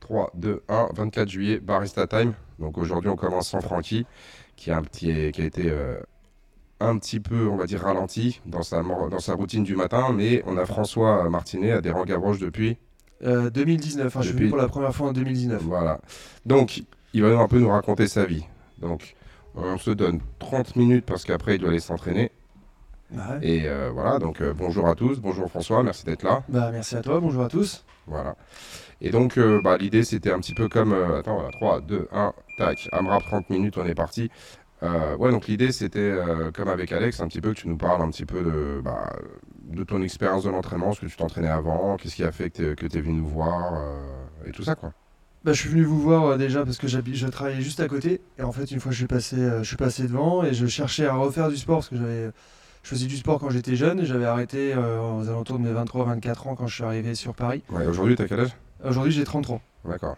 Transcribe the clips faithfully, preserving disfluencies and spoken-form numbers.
trois, deux, un, vingt-quatre juillet, Barista Time. Donc aujourd'hui, on commence sans Francky, qui a, un petit, qui a été euh, un petit peu, on va dire, ralenti dans sa, dans sa routine du matin. Mais on a François Martinet à Desrands-Gavroche depuis... Euh, deux mille dix-neuf, hein, depuis... je suis venu pour la première fois en deux mille dix-neuf. Voilà. Donc, il va un peu nous raconter sa vie. Donc, on se donne trente minutes parce qu'après, il doit aller s'entraîner. Ouais. Et euh, voilà, donc euh, bonjour à tous, bonjour François, merci d'être là. Bah, merci à toi, bonjour à tous. Voilà. Et donc, euh, bah, l'idée, c'était un petit peu comme... Euh, attends, voilà, trois, deux, un, tac, AMRAP, trente minutes, on est parti. Euh, ouais, donc l'idée, c'était, euh, comme avec Alex, un petit peu que tu nous parles un petit peu de, bah, de ton expérience de l'entraînement, ce que tu t'entraînais avant, qu'est-ce qui a fait que tu es venu nous voir, euh, et tout ça, quoi. Bah, je suis venu vous voir euh, déjà parce que je travaillais juste à côté. Et en fait, une fois, je suis passé, euh, je suis passé devant et je cherchais à refaire du sport parce que j'avais... Je faisais du sport quand j'étais jeune et j'avais arrêté euh, aux alentours de mes vingt-trois vingt-quatre ans quand je suis arrivé sur Paris. Ouais, aujourd'hui, t'as quel âge ? Aujourd'hui, j'ai trente-trois. D'accord.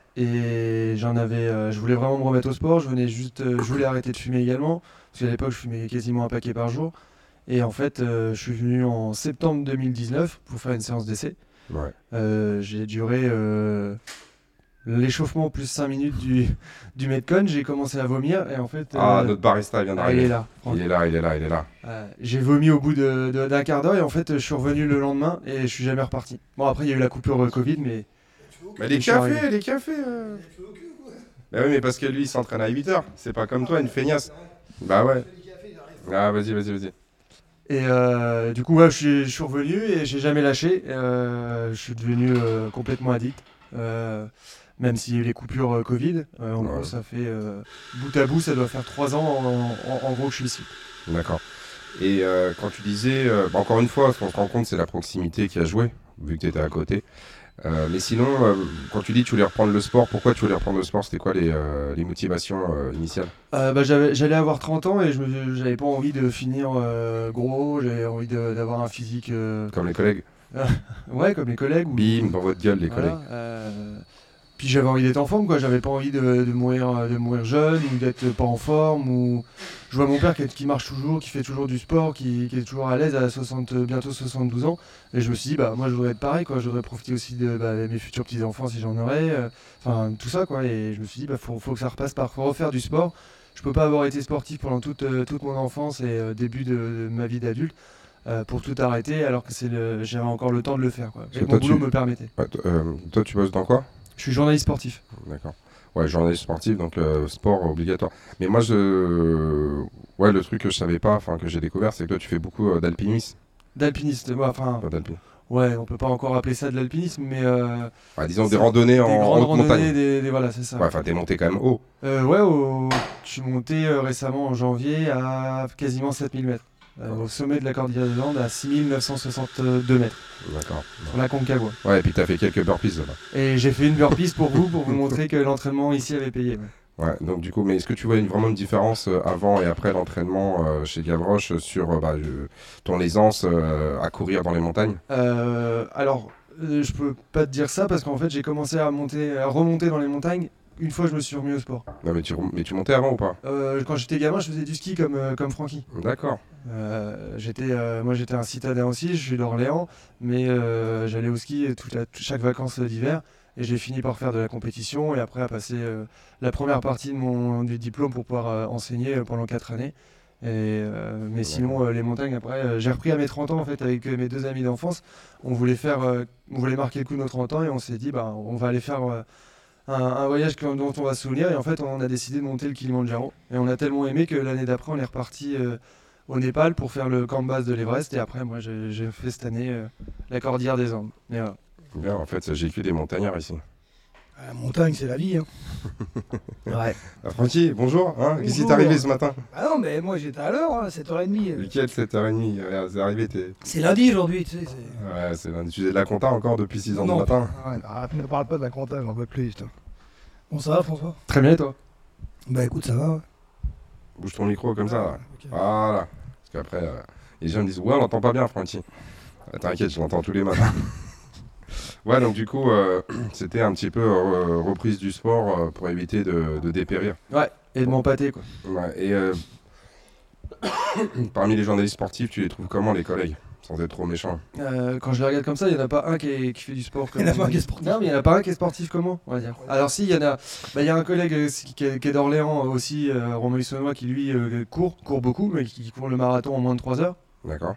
Et j'en avais, euh, je voulais vraiment me remettre au sport. Je venais juste, euh, je voulais arrêter de fumer également parce qu'à l'époque, je fumais quasiment un paquet par jour. Et en fait, euh, je suis venu en septembre deux mille dix-neuf pour faire une séance d'essai. Ouais. Euh, j'ai duré euh, l'échauffement plus cinq minutes du, du Metcon. J'ai commencé à vomir et en fait... Ah, euh, notre barista vient d'arriver. Ah, il est là. Il est là, il est là, il est là. Euh, j'ai vomi au bout de, de, d'un quart d'heure et en fait, je suis revenu le lendemain et je suis jamais reparti. Bon, après, il y a eu la coupure euh, Covid, mais... Mais les cafés, les cafés euh... Bah oui, mais parce que lui, il s'entraîne à huit heures. C'est pas comme toi, une feignasse. Bah ouais. Ah, vas-y, vas-y, vas-y. Et euh, du coup, ouais, je, suis, je suis revenu et j'ai jamais lâché. Euh, je suis devenu euh, complètement addict. Euh, même s'il y a eu les coupures euh, Covid. Euh, en ouais. gros, ça fait euh, bout à bout, ça doit faire trois ans en, en, en gros que je suis ici. D'accord. Et euh, quand tu disais, euh, bah encore une fois, ce qu'on se rend compte, c'est la proximité qui a joué, vu que tu étais à côté. Euh, mais sinon, euh, quand tu dis que tu voulais reprendre le sport, pourquoi tu voulais reprendre le sport ? C'était quoi les, euh, les motivations euh, initiales ? euh, bah, j'avais, J'allais avoir trente ans et je me, j'avais pas envie de finir euh, gros, j'avais envie de, d'avoir un physique... Euh... Comme les collègues ? Ouais, comme les collègues. Ou... Bim, dans votre gueule, les voilà, collègues. Euh... Puis j'avais envie d'être en forme, quoi. J'avais pas envie de, de, mourir, de mourir jeune ou d'être pas en forme. Ou... Je vois mon père qui, qui marche toujours, qui fait toujours du sport, qui, qui est toujours à l'aise à soixante, bientôt soixante-douze ans. Et je me suis dit, bah, moi je voudrais être pareil, quoi. Je voudrais profiter aussi de bah, mes futurs petits-enfants si j'en aurais. Enfin, euh, tout ça, quoi. Et je me suis dit, bah, faut, faut que ça repasse par faut refaire du sport. Je peux pas avoir été sportif pendant toute, euh, toute mon enfance et euh, début de, de ma vie d'adulte. Euh, pour tout arrêter alors que c'est le... j'avais encore le temps de le faire, quoi. Et mon boulot tu... me permettait. Ouais, t- euh, toi tu bosses dans quoi ? Je suis journaliste sportif. D'accord. Ouais, journaliste sportif, donc euh, sport obligatoire. Mais moi, je... ouais, le truc que je savais pas, enfin que j'ai découvert, c'est que toi tu fais beaucoup euh, d'alpinisme. D'alpinisme, ouais, enfin... Pas d'alpinisme. Ouais, on peut pas encore appeler ça de l'alpinisme, mais... Euh, ouais, disons des randonnées en des grandes haute randonnées, montagne. Des, des, voilà, c'est ça. Ouais, enfin t'es monté quand même haut. Euh, ouais, au... je suis monté euh, récemment en janvier à quasiment sept mille mètres. Euh, au sommet de la cordillère des Andes à six mille neuf cent soixante-deux mètres. D'accord. Sur la Concagua. Ouais, et puis t'as fait quelques burpees là-bas. Et j'ai fait une burpees pour vous, pour vous montrer que l'entraînement ici avait payé. Ouais. Ouais, donc du coup, mais est-ce que tu vois une, vraiment une différence euh, avant et après l'entraînement euh, chez Gavroche sur euh, bah, euh, ton aisance euh, à courir dans les montagnes ? euh, Alors, euh, je peux pas te dire ça parce qu'en fait, j'ai commencé à, monter, à remonter dans les montagnes une fois je me suis remis au sport. Non, mais tu, mais tu montais avant ou pas ? euh, Quand j'étais gamin, je faisais du ski comme, euh, comme Francky. D'accord. Euh, j'étais, euh, moi j'étais un citadin aussi, je suis d'Orléans, mais euh, j'allais au ski toute la, chaque vacances d'hiver et j'ai fini par faire de la compétition et après à passer euh, la première partie de mon du diplôme pour pouvoir euh, enseigner pendant quatre années. Et, euh, mais sinon euh, les montagnes après, euh, j'ai repris à mes trente ans en fait avec euh, mes deux amis d'enfance. On voulait faire, euh, on voulait marquer le coup de nos trente ans et on s'est dit bah on va aller faire euh, un, un voyage que, dont on va se souvenir et en fait on a décidé de monter le Kilimandjaro et on a tellement aimé que l'année d'après on est reparti euh, au Népal pour faire le camp de base de l'Everest et après moi j'ai, j'ai fait cette année euh, la cordillère des Andes. Et voilà. Bien, en fait j'ai que des montagnards ici. La montagne c'est la vie hein. Ouais. Ah, Francky, bonjour, hein, qu'est-ce qui t'est arrivé ce matin ? Ah non mais moi j'étais à l'heure, hein, sept heures trente. Lequel sept heures trente ? C'est arrivé, t'es... C'est lundi aujourd'hui, tu sais. C'est... Ouais, c'est lundi. Tu faisais de la compta encore depuis six heures non, du matin ? Ouais, arrête, ne parle pas de la compta, j'en veux plus. Toi. Bon ça va François ? Très bien et toi ? Bah écoute ça va ouais. Bouge ton micro comme ah, ça là. Okay. Voilà. Parce qu'après, euh, les gens me disent ouais on l'entend pas bien Francky. Ah, t'inquiète, je l'entends tous les matins. Ouais, donc du coup, euh, c'était un petit peu euh, reprise du sport euh, pour éviter de, de dépérir. Ouais, et de m'empâter quoi. Ouais, et euh, parmi les journalistes sportifs, tu les trouves comment les collègues ? sans être trop méchant. Euh, quand je les regarde comme ça, il n'y en a pas un qui, est, qui fait du sport. Comme Il y en a pas un qui est sportif. Non, mais il n'y en a pas un qui est sportif comment on va dire. Alors si, il y en a. Bah, il y a un collègue euh, qui, est, qui est d'Orléans aussi, euh, Romain Hussonnois, qui lui euh, court, court beaucoup, mais qui court le marathon en moins de trois heures. D'accord.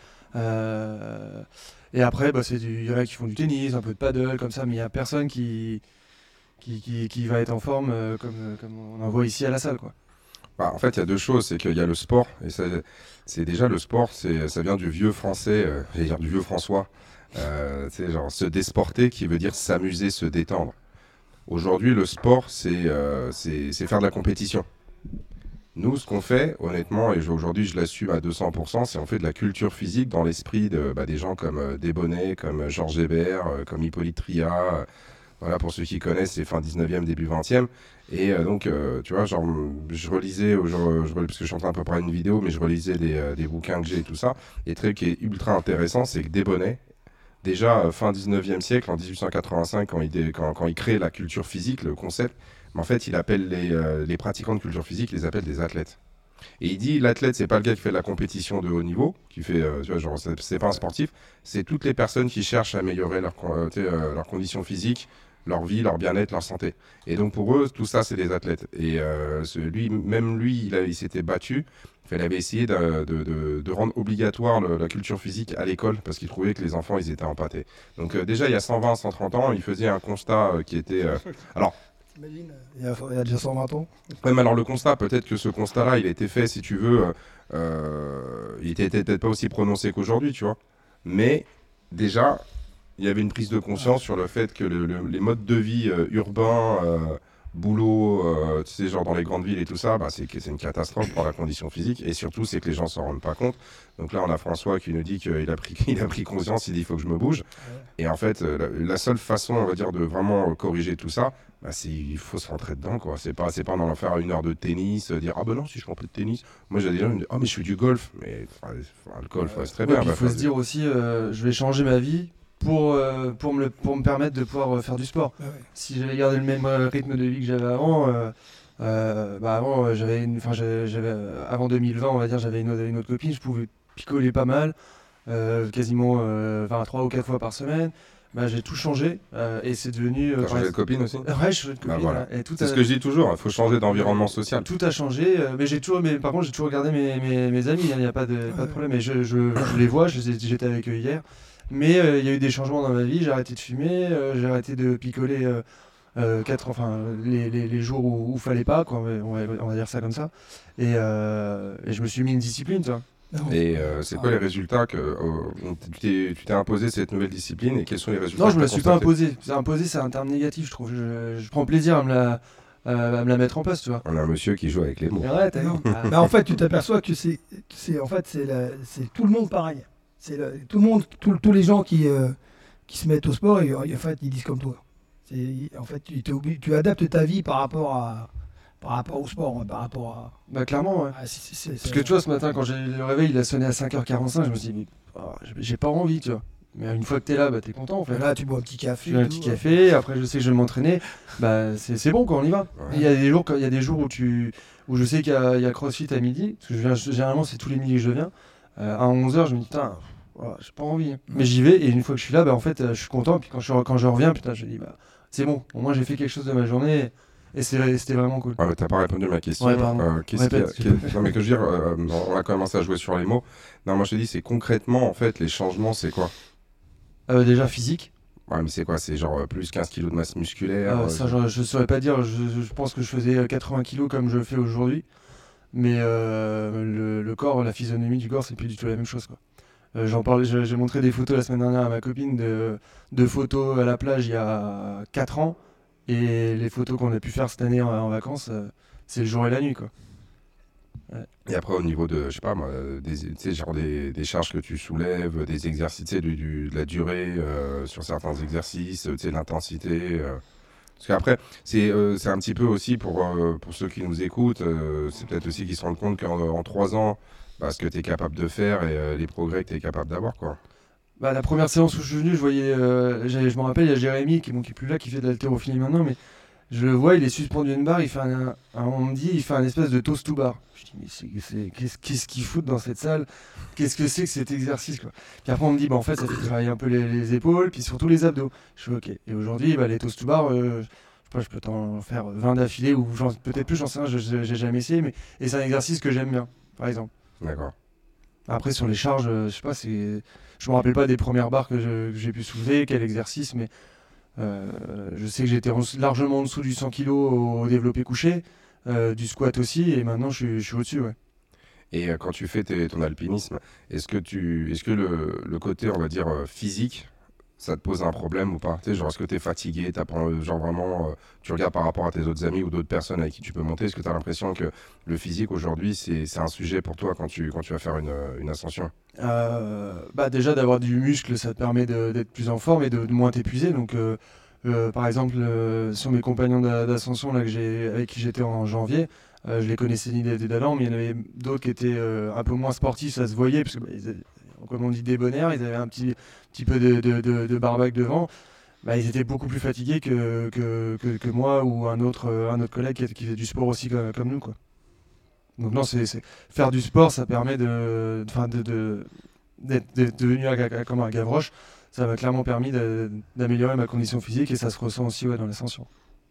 Euh, et après, bah, c'est du, il y en a qui font du tennis, un peu de paddle, comme ça, mais il n'y a personne qui, qui, qui, qui va être en forme euh, comme, comme on en voit ici à la salle, quoi. Bah, en fait, il y a deux choses. C'est qu'il y a le sport, et ça, c'est déjà le sport, c'est, ça vient du vieux français, euh, j'allais dire du vieux François. Euh, c'est genre se désporter qui veut dire s'amuser, se détendre. Aujourd'hui, le sport, c'est, euh, c'est, c'est faire de la compétition. Nous, ce qu'on fait, honnêtement, et aujourd'hui je l'assume à deux cents pour cent, c'est on fait de la culture physique dans l'esprit de, bah, des gens comme euh, Desbonnets, comme euh, Georges Hébert, euh, comme Hippolyte Tria. Euh, voilà, pour ceux qui connaissent, c'est fin dix-neuvième, début vingtième. Et euh, donc, euh, tu vois, genre, je relisais, je, je, parce que je suis en train de préparer une vidéo, mais je relisais des, euh, des bouquins que j'ai et tout ça. Et le truc qui est ultra intéressant, c'est que Desbonnets, déjà euh, fin dix-neuvième siècle, en dix-huit cent quatre-vingt-cinq, quand il, dé, quand, quand il crée la culture physique, le concept, mais en fait, il appelle les, euh, les pratiquants de culture physique, il les appelle des athlètes. Et il dit, l'athlète, c'est pas le gars qui fait de la compétition de haut niveau, qui fait, euh, tu vois, genre, c'est, c'est pas un sportif, c'est toutes les personnes qui cherchent à améliorer leur, euh, euh, leurs conditions physiques, leur vie, leur bien-être, leur santé. Et donc pour eux, tout ça, c'est des athlètes. Et euh, ce, lui, même lui, il, a, il s'était battu. Il avait essayé de, de, de, de rendre obligatoire le, la culture physique à l'école parce qu'il trouvait que les enfants, ils étaient empâtés. Donc euh, déjà, il y a cent vingt, cent trente ans, il faisait un constat euh, qui était... Euh, alors, T'imagines, il y, a, il y a déjà cent vingt ans. Ouais, mais alors le constat, peut-être que ce constat-là, il a été fait, si tu veux, euh, il était peut-être pas aussi prononcé qu'aujourd'hui, tu vois. Mais déjà, il y avait une prise de conscience sur le fait que le, le, les modes de vie euh, urbains, euh, boulot, euh, tu sais, genre dans les grandes villes et tout ça, bah, c'est, c'est une catastrophe pour la condition physique. Et surtout, c'est que les gens s'en rendent pas compte. Donc là, on a François qui nous dit qu'il a pris, il a pris conscience, il dit il faut que je me bouge. Et en fait, la, la seule façon, on va dire, de vraiment corriger tout ça, bah, c'est, il faut se rentrer dedans, quoi. C'est pas, c'est pas en allant faire une heure de tennis, euh, dire ah ben non, si je fais un peu de tennis. Moi, j'ai des gens qui me disent ah, mais je fais du golf. Mais enfin, le golf, ouais, c'est très Ouais, bien. il bah, faut se dire aussi, euh, je vais changer ma vie pour, euh, pour, me, le- pour me permettre de pouvoir euh, faire du sport. Ah ouais. Si j'avais gardé le même euh, rythme de vie que j'avais avant, euh, euh, bah avant, euh, j'avais une, enfin, j'avais, j'avais, euh, avant deux mille vingt, on va dire, j'avais une, autre- une autre copine, je pouvais picoler pas mal, euh, quasiment euh, enfin, trois ou quatre fois par semaine. Bah, j'ai tout changé euh, et c'est devenu. euh, T'as par changé de exemple- copine aussi. Ouais, je changeais de Bah, copine. voilà. là, et tout C'est a- ce que je dis toujours, il faut changer d'environnement social. Tout a changé, euh, mais j'ai toujours, mais par contre j'ai toujours regardé mes, mes, mes amis, il n'y a pas de, pas de problème. Et je, je, je les vois, je les ai- j'étais avec eux hier. Mais euh, il y a eu des changements dans ma vie, j'ai arrêté de fumer, euh, j'ai arrêté de picoler euh, euh, quatre, enfin, les, les, les jours où il fallait pas, quoi, on, va, on va dire ça comme ça. Et, euh, et je me suis mis une discipline, tu vois. Non. Et euh, c'est quoi les résultats que euh, tu, t'es, tu t'es imposé cette nouvelle discipline et quels sont les résultats Non, je que me la t'as suis pas constatés imposé. C'est imposé, c'est un terme négatif, je trouve. Je, je prends plaisir à me la, à, à me la mettre en place, tu vois. On a un monsieur qui joue avec les mots. Mais ouais, t'as vu. Non. Ah. Mais en fait, tu t'aperçois que c'est, c'est en fait, c'est, la- c'est tout le monde pareil. C'est le- tout le monde, tout- tous les gens qui, euh, qui se mettent au sport, et, en fait, ils disent comme toi. C'est, en fait, tu, t'es obligé- tu adaptes ta vie par rapport à, par rapport au sport, hein, par rapport à. Bah clairement, ouais. à- c'est- c'est- c'est- Parce que tu vois, ce matin, quand j'ai le réveil, il a sonné à cinq heures quarante-cinq, je me suis dit, mais, oh, j'ai- j'ai pas envie, tu vois. Mais une fois que t'es là, bah t'es content en fait. Là, tu bois un petit café. Tu fais un et petit tout, café, après je sais que je vais m'entraîner, bah c'est c'est bon quand on y va. Ouais. Il y a des jours, quand- il y a des jours où tu, où je sais qu'il y a, il y a CrossFit à midi, parce que je viens, généralement c'est tous les midis que je viens. Euh, à onze heures, je me dis putain, voilà, j'ai pas envie. hein. Mais j'y vais et une fois que je suis là, bah en fait, euh, je suis content. Puis quand je quand je reviens, putain, je me dis bah c'est bon, au moins j'ai fait quelque chose de ma journée et c'est- c'était vraiment cool. Ouais, mais t'as pas répondu à ma question. Ouais, pardon. Euh, qu'est-ce qu'il y a- Répète. qu'est- non, mais que je veux dire, euh, on a commencé à jouer sur les mots. Non, moi je te dis, c'est concrètement, en fait, les changements, c'est quoi? Euh, déjà physique. Ouais, mais c'est quoi? C'est genre euh, plus quinze kilos de masse musculaire. Euh, euh, ça, je, je saurais pas dire. Je, je pense que je faisais quatre-vingts kilos comme je le fais aujourd'hui. Mais euh, le, le corps, la physionomie du corps, c'est plus du tout la même chose, quoi. Euh, j'en parlais, j'ai j'ai montré des photos la semaine dernière à ma copine de, de photos à la plage il y a quatre ans. Et les photos qu'on a pu faire cette année en, en vacances, euh, c'est le jour et la nuit, quoi. Et après, au niveau de, je sais pas moi, des, tu sais, genre des, des charges que tu soulèves, des exercices, tu sais, du, du- de la durée euh, sur certains exercices, tu sais, l'intensité. euh. Parce qu'après, c'est euh, c'est un petit peu aussi pour, euh, pour ceux qui nous écoutent, euh, c'est peut-être aussi qu'ils se rendent compte qu'en en trois ans, bah, ce que tu es capable de faire et euh, les progrès que tu es capable d'avoir, quoi. Bah, la première séance où je suis venu, je voyais, euh, j'ai- je me rappelle, il y a Jérémy qui, bon, qui est plus là, qui fait de l'haltérophilie maintenant, mais Je le vois, il est suspendu à une barre, il fait un, un- on me dit, il fait un espèce de toast to bar. Je dis, mais c'est, c'est- qu'est-ce, qu'est-ce qu'ils foutent dans cette salle? Qu'est-ce que c'est que cet exercice, quoi? Puis après, on me dit, bah, en fait, ça fait travailler un peu les, les épaules, puis surtout les abdos. Je fais, ok. Et aujourd'hui, bah, les toast to bar, euh, je sais pas, je peux t'en faire vingt d'affilée, ou j'en- peut-être plus, j'en sais rien, je- je- j'ai jamais essayé, mais et c'est un exercice que j'aime bien, par exemple. D'accord. Après, sur les charges, euh, je sais pas, c'est, je me rappelle pas des premières barres que, je- que j'ai pu soulever, quel exercice, mais euh, je sais que j'étais en- largement en dessous du cent kilos au développé couché, euh, du squat aussi, et maintenant je suis, je suis au-dessus. Ouais. Et euh, quand tu fais tes- ton alpinisme, est-ce que, tu, est-ce que le, le côté, on va dire, euh, physique, ça te pose un problème ou pas? Tu sais, genre, est-ce que tu es fatigué, t'as pas, euh, genre vraiment, euh, tu regardes par rapport à tes autres amis ou d'autres personnes avec qui tu peux monter, est-ce que tu as l'impression que le physique aujourd'hui, c'est, c'est un sujet pour toi quand tu, quand tu vas faire une, euh, une ascension? Euh, bah déjà d'avoir du muscle, ça te permet de- d'être plus en forme et de, de moins t'épuiser. Donc, euh, euh, par exemple, euh, sur mes compagnons d'a- d'ascension là que j'ai, avec qui j'étais en janvier, euh, je les connaissais ni d'Ève ni d'Adam, mais il y en avait d'autres qui étaient euh, un peu moins sportifs, ça se voyait parce que bah, ils avaient, comme on dit, débonnaires, ils avaient un petit, petit peu de, de, de, de barbac devant. Bah, ils étaient beaucoup plus fatigués que, que, que, que moi ou un autre, euh, un autre collègue qui, qui faisait du sport aussi comme, comme nous, quoi. Donc non, c'est, c'est- faire du sport, ça permet de, enfin de, de- d'être, d'être devenu un, gars- comme un Gavroche. Ça m'a clairement permis de- d'améliorer ma condition physique et ça se ressent aussi ouais, dans l'ascension.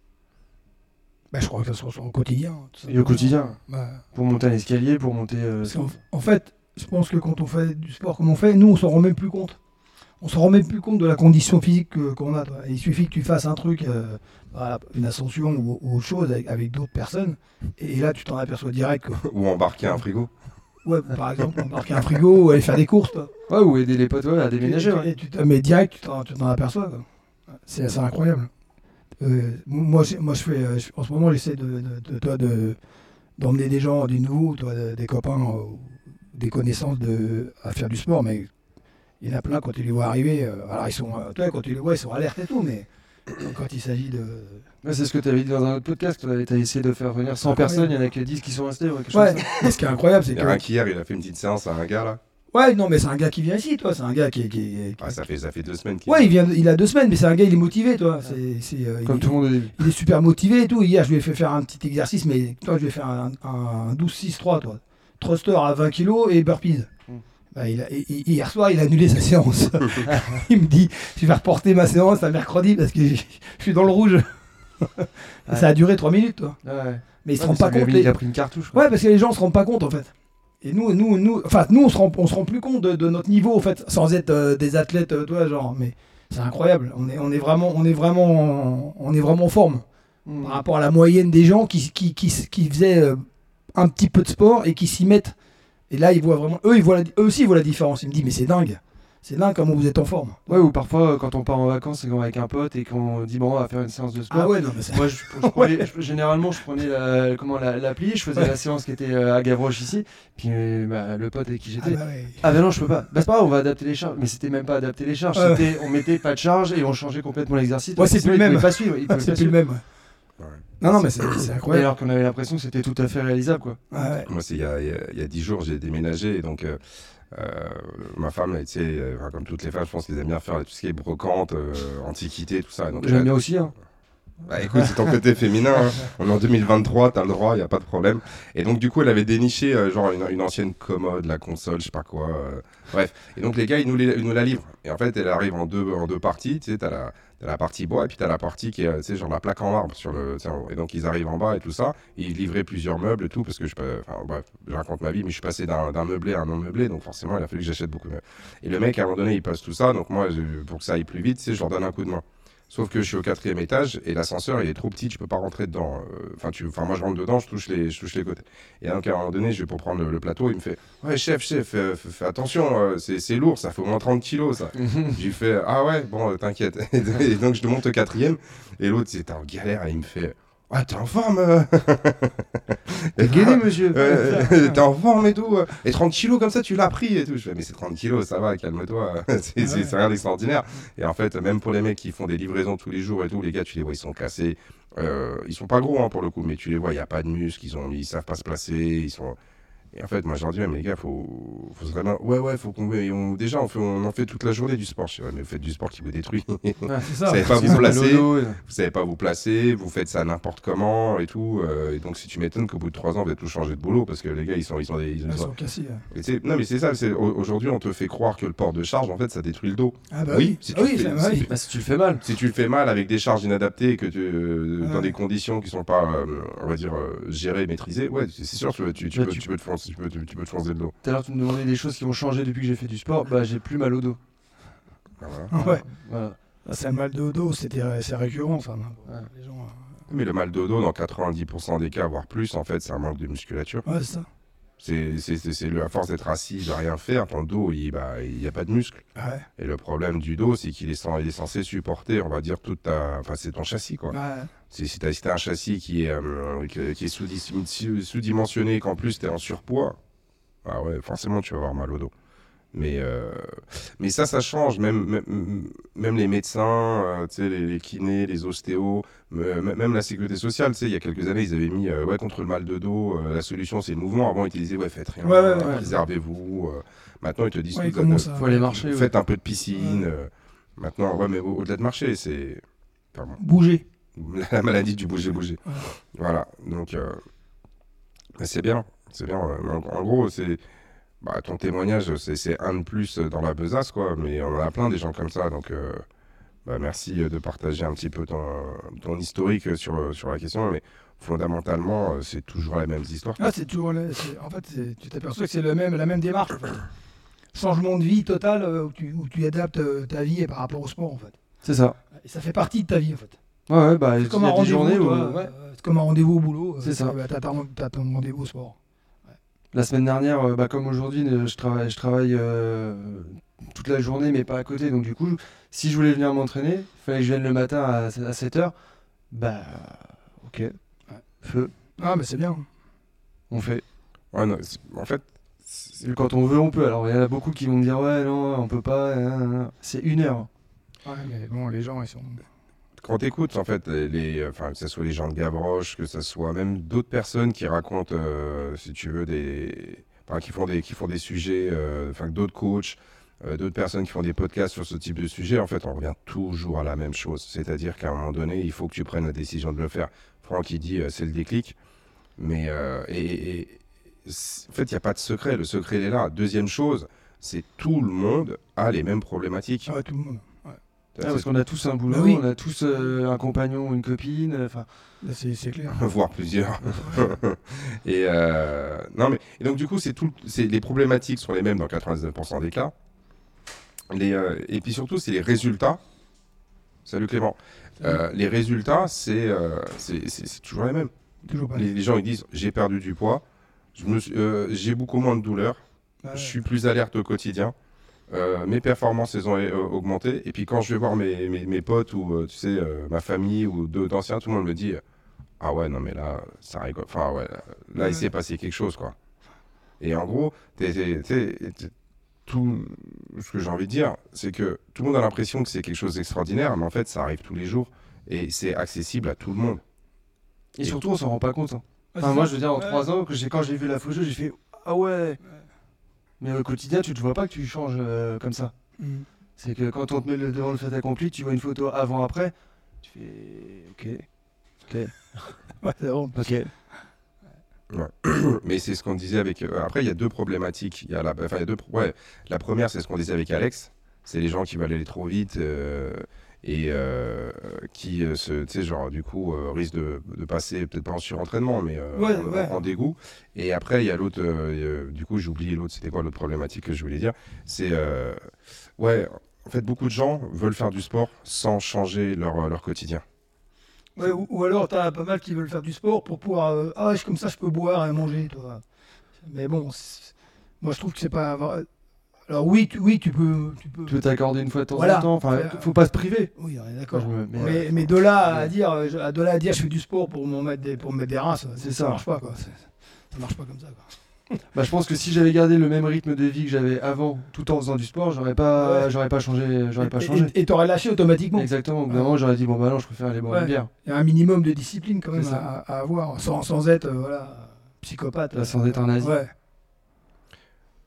Bah, je crois que ça se ressent au quotidien. tout Et au simplement. quotidien, Bah, pour monter un escalier, pour monter... euh, parce qu'en- en fait, je pense que quand on fait du sport comme on fait, nous, on s'en rend même plus compte. On s'en rend même plus compte de la condition physique que- qu'on a. Toi. Il suffit que tu fasses un truc, euh, voilà, une ascension ou, ou autre chose avec, avec d'autres personnes, et, là, tu t'en aperçois direct. Quoi. Ou embarquer un frigo? Ouais, par exemple, embarquer un frigo ou aller faire des courses. Toi. Ouais, ou aider les potes ouais, à déménager. Et, Ouais. et tu t'en- mais direct, tu t'en, tu t'en aperçois. Quoi. C'est, c'est incroyable. Euh, moi, j'ai- moi, je fais, euh, je- en ce moment, j'essaie de, de, de, toi, de- d'emmener des gens, du nouveau, toi, de- des copains, euh, des connaissances de, à faire du sport, mais il y en a plein quand tu les vois arriver. euh, alors, ils sont, euh, toi, quand tu les vois, ils sont alertes et tout, mais quand il s'agit de. Ouais, c'est ce que tu avais dit dans un autre podcast. Tu avais essayé de faire venir cent Ah, personnes, ouais. il y en a que dix qui sont restés. Ouais, quelque chose Ouais, comme ça. mais ce qui est incroyable, c'est Il y en a un que. qui hier, il a fait une petite séance à un gars là. Ouais, non, mais c'est un gars qui vient ici, toi. C'est un gars qui. qui, qui- Ah, ça, fait, ça fait deux semaines qu'il Ouais, il, vient, il a deux semaines, mais c'est un gars, il est motivé, toi. C'est, c'est, euh, il Comme est- tout le monde au début. Il est super motivé et tout. Hier, je lui ai fait faire un petit exercice, mais toi, je lui ai fait un, un douze six trois, toi. Thruster à vingt kilos et burpees. Mm. Bah, il a- et- et- hier soir, il a annulé sa séance. Il me dit, je vais reporter ma séance à mercredi parce que je je suis dans le rouge. Et ça a duré trois minutes, toi. Ouais. Mais ils se Ouais, rendent mais pas ça lui a compte. mis- les- Il a pris une cartouche. quoi. Ouais, parce que les gens se rendent pas compte, en fait. Et nous, nous, nous, enfin, nous, on se rend, on se rend plus compte de, de notre niveau, en fait, sans être euh, des athlètes, euh, toi, genre. Mais c'est incroyable. On est, on est vraiment, on est vraiment, on est vraiment en forme. Mm. Par rapport à la moyenne des gens qui, qui, qui, qui faisaient euh, un petit peu de sport et qui s'y mettent. Et là, ils voient vraiment. Eux, ils voient la- eux aussi, ils voient la différence. Ils me disent, mais c'est dingue. C'est dingue comment vous êtes en forme. Ouais, ou parfois, euh, quand on part en vacances et qu'on va avec un pote et qu'on dit, bon, on va faire une séance de sport. Ah ouais, non, mais c'est. Moi, je, je prenais- je- généralement, je prenais la, comment, la, l'appli, je faisais Ouais. la séance qui était euh, à Gavroche ici, puis euh, bah, le pote avec qui Ah j'étais. bah ouais. Ah, ben non, je peux pas. Bah, c'est pas grave, on va adapter les charges. Mais c'était même pas adapter les charges, Ouais. c'était on mettait pas de charge et on changeait complètement l'exercice. Ouais, parce c'est que plus sinon, le ils même. pouvaient pas suivre. Ils pouvaient C'est pas plus le suivre. même. Ouais. Ouais. Non, non, mais c'est c'est Et incroyable. alors qu'on avait l'impression que c'était tout à fait réalisable, quoi. Ouais, ouais. Moi, c'est il y a, il y a- il y a dix jours, j'ai déménagé et donc euh, euh, ma femme, tu sais, euh, enfin, comme toutes les femmes, je pense qu'ils aiment bien faire tout ce qui est brocante, euh, antiquité, tout ça. Et donc, J'aime elle- bien aussi, hein. Bah écoute, c'est ton côté féminin, hein. On est en deux mille vingt-trois, t'as le droit, y a pas de problème. Et donc du coup, elle avait déniché euh, genre une, une ancienne commode, la console, je sais pas quoi. euh, bref. Et donc les gars, ils nous, les- ils nous la livrent. Et en fait, elle arrive en deux, en deux parties. Tu sais, t'as la, t'as la partie bois et puis t'as la partie qui est, euh, tu sais, genre la plaque en marbre sur le. tu sais, en- Et donc ils arrivent en bas et tout ça. Et ils livraient plusieurs meubles et tout parce que je, peux- enfin bref, je raconte ma vie, mais je suis passé d'un, d'un meublé à un non meublé, donc forcément, il a fallu que j'achète beaucoup de meubles. Et le mec, à un moment donné, il passe tout ça. Donc moi, je- pour que ça aille plus vite, tu sais, je leur donne un coup de main. Sauf que je suis au quatrième étage et l'ascenseur il est trop petit, je peux pas rentrer dedans. Euh, Enfin, tu, enfin moi je rentre dedans, je touche les, je touche les côtés. Et donc à un moment donné, je vais pour prendre le, le plateau, il me fait ouais chef, chef, euh, fais, fais attention, euh, c'est, c'est lourd, ça fait au moins trente kilos ça. J'ai fait ah ouais, bon euh, t'inquiète. Et donc je te monte au quatrième et l'autre c'était en galère et il me fait ouais t'es en forme. euh. T'es guéri, monsieur. Euh, t'es en forme et tout. euh. Et trente kilos comme ça, tu l'as pris et tout. Je fais, mais c'est trente kilos, ça va, calme-toi. c'est, c'est, c'est rien d'extraordinaire. Et en fait, même pour les mecs qui font des livraisons tous les jours et tout, les gars, tu les vois, ils sont cassés. Euh, ils sont pas gros hein, pour le coup, mais tu les vois, il n'y a pas de muscles, ils, ont, ils savent pas se placer. Ils sont... Et en fait, moi, je leur dis, même les gars, faut, faut vraiment. Ouais, ouais, faut qu'on. On... Déjà, on, fait, on en fait toute la journée du sport. Je dis, ouais, mais vous faites du sport qui vous détruit. Ouais, c'est ça. Vous savez pas C'est vous ça, placer. le dos, et- Vous savez pas vous placer. Vous faites ça n'importe comment et tout. euh, et donc, si tu m'étonnes qu'au bout de trois ans, vous êtes tous changé de boulot parce que les gars, ils sont, ils sont des. Ils Ils sont... sont cassés. hein. Et c'est- non, mais c'est ça. c'est- au- Aujourd'hui, on te fait croire que le port de charge, en fait, ça détruit le dos. Ah bah Oui, oui, si Ah tu oui, fais- ça- si- oui. Bah, si tu le fais mal. Si tu le fais mal avec des charges inadaptées et que tu, euh, Ouais. dans des conditions qui sont pas, euh, on va dire, euh, gérées, maîtrisées, ouais, c'est c'est sûr, tu, tu, tu Bah, peux, tu- tu peux te foncer, tu peux, tu, tu peux te foncer le dos. Tout à l'heure, tu me demandais des choses qui ont changé depuis que j'ai fait du sport. Bah, j'ai plus mal au dos. Ah, voilà. Ouais. Voilà. Ah, c'est un mal de dos, c'était, c'est récurrent ça. non Ouais. Les gens, euh, Mais le mal de dos, dans quatre-vingt-dix pour cent des cas, voire plus, en fait, c'est un manque de musculature. Ouais, c'est ça. C'est, c'est, c'est, c'est le- à force d'être assis, de rien faire, ton dos, il bah, il n'y a pas de muscle. Ouais. Et le problème du dos, c'est qu'il est, sans- il est censé supporter, on va dire, toute ta. Enfin, c'est ton châssis, quoi. Ouais. C'est, si tu as un châssis qui est, euh, qui qui est sous-di- sous-dimensionné, qu'en plus tu es en surpoids, ah ouais, forcément tu vas avoir mal au dos. Mais, euh, mais ça, ça change. Même, même, même les médecins, euh, tu sais, les, les kinés, les ostéos, me- même la sécurité sociale, tu sais, il y a quelques années, ils avaient mis euh, ouais, contre le mal de dos, euh, la solution c'est le mouvement. Avant, ils te disaient ouais, faites rien, Ouais, ouais, euh, ouais. préservez-vous. euh. Maintenant, ils te disent Ouais, tout, comment euh, ça Faut aller marcher. ouais. faites un peu de piscine. Ouais. euh. Maintenant, ouais, mais au- au-delà de marcher, c'est. Pardon. Bouger. La maladie du bouger-bouger. Ouais. Voilà, donc euh, c'est bien, c'est bien. euh, En, en gros, c'est bah, ton témoignage, c'est c'est un de plus dans la besace, quoi. Mais on en a plein des gens comme ça, donc euh, bah, merci de partager un petit peu ton, ton historique sur, sur la question. Mais fondamentalement, euh, c'est toujours les mêmes histoires. Ah, c'est toujours. le- c'est- En fait, c'est- tu t'aperçois que c'est le même, la même démarche. En fait. Changement de vie total euh, où, tu, où tu adaptes euh, ta vie par rapport au sport en fait. C'est ça. Et ça fait partie de ta vie en fait. Ouais, ouais, bah, il C'est y comme un a des rendez-vous. journées où. toi, ouais. euh, c'est comme un rendez-vous au boulot. euh, C'est ça. bah, t'as, ton- t'as ton rendez-vous au sport. La semaine dernière, euh, bah, comme aujourd'hui, euh, je travaille, je travaille euh, toute la journée, mais pas à côté. Donc, du coup, si je voulais venir m'entraîner, il fallait que je vienne le matin à, à sept heures. Bah, ok. Feu, Ah, mais c'est bien. on fait. Ouais, non, c'est- en fait, c'est- Et quand on veut, on peut. Alors, il y en a beaucoup qui vont me dire, ouais, non, on peut pas. nan, nan, nan. C'est une heure. Ouais, mais bon, les gens ils sont. quand t'écoutes, en fait, les, les- enfin, que ce soit les gens de Gavroche, que ce soit même d'autres personnes qui racontent, euh, si tu veux, des, enfin, qui font des, qui font des sujets, euh, enfin, d'autres coachs, euh, d'autres personnes qui font des podcasts sur ce type de sujet, en fait, on revient toujours à la même chose. C'est-à-dire qu'à un moment donné, il faut que tu prennes la décision de le faire. Franck, il dit, euh, c'est le déclic. Mais, euh, et, et- c'est- en fait, il n'y a pas de secret. Le secret, il est là. Deuxième chose, c'est tout le monde a les mêmes problématiques. Ah, ouais, tout le monde. Ah, parce qu'on a tous un boulot, Bah oui. on a tous euh, un compagnon ou une copine. Enfin, Là, c'est, c'est clair. Voire plusieurs. et, euh, non, mais, et donc, du coup, c'est tout, c'est, les problématiques sont les mêmes dans quatre-vingt-dix-neuf pour cent des cas. Les, euh, et puis surtout, c'est les résultats. Salut Clément. Euh, les résultats, c'est, euh, c'est, c'est, c'est toujours les mêmes. Toujours pas. Les, les gens, ils disent j'ai perdu du poids, je me suis- euh, j'ai beaucoup moins de douleurs, Ouais, je suis plus alerte au quotidien. Euh, mes performances elles ont euh, augmenté et puis quand je vais voir mes, mes, mes potes ou euh, tu sais euh, ma famille ou deux d'anciens, tout le monde me dit ah ouais non mais là ça rigole, enfin ouais là, là, il Ouais. s'est passé quelque chose quoi. Et en gros t'es, t'es- t'es- t'es- tout ce que j'ai envie de dire c'est que tout le monde a l'impression que c'est quelque chose d'extraordinaire mais en fait ça arrive tous les jours et c'est accessible à tout le monde. et surtout, on s'en rend pas compte. hein. Ouais, Enfin, c'est moi, ça. je veux dire, en Ouais. trois ans, que j'ai, quand j'ai vu la photo, j'ai fait ah ouais. Mais au quotidien, tu te vois pas que tu changes euh, comme ça. Mm. C'est que quand on te met le devant le fait accompli, tu vois une photo avant-après, tu fais ok, Ouais, c'est drôle. ok. Mais c'est ce qu'on disait avec. euh, Après, il y a deux problématiques. Il y a la, enfin, il y a deux. pro- Ouais, la première, c'est ce qu'on disait avec Alex. C'est les gens qui veulent aller trop vite euh, et euh, qui, euh, se, tu sais, genre, du coup, euh, risquent de, de passer peut-être pas en surentraînement, mais euh, Ouais, en, ouais. en dégoût. Et après, il y a l'autre. euh, euh, du coup, j'ai oublié l'autre. C'était quoi l'autre problématique que je voulais dire? C'est euh, ouais. En fait, beaucoup de gens veulent faire du sport sans changer leur, leur quotidien. Ouais, ou, ou alors, t'as pas mal qui veulent faire du sport pour pouvoir. euh, ah, je- comme ça, je peux boire et manger, toi. Mais bon, c'est- moi, je trouve que c'est pas. vrai. Alors, oui, tu, oui, tu peux. Tu peux... Tu peux t'accorder une fois de temps Voilà. en temps. Enfin, Ouais. faut pas se priver. Oui, on est Moi, d'accord. je me- mais, Mais, mais de là à dire, euh, je- de là à dire, je fais du sport pour me mettre des, pour me mettre des reins, ça, C'est ça ça. marche pas, quoi. C'est- Ça marche pas comme ça, quoi. bah, je pense que si j'avais gardé le même rythme de vie que j'avais avant, tout en faisant du sport, j'aurais pas, Ouais. j'aurais pas changé, j'aurais pas Et- changé. Et et t'aurais lâché automatiquement. Exactement. Au bout d'un moment, j'aurais dit bon bah non, je préfère aller boire Ouais. une bière. Il y a un minimum de discipline quand même C'est ça. à, à avoir, sans, sans être euh, voilà, psychopathe. Là, sans être un nazi. Ouais.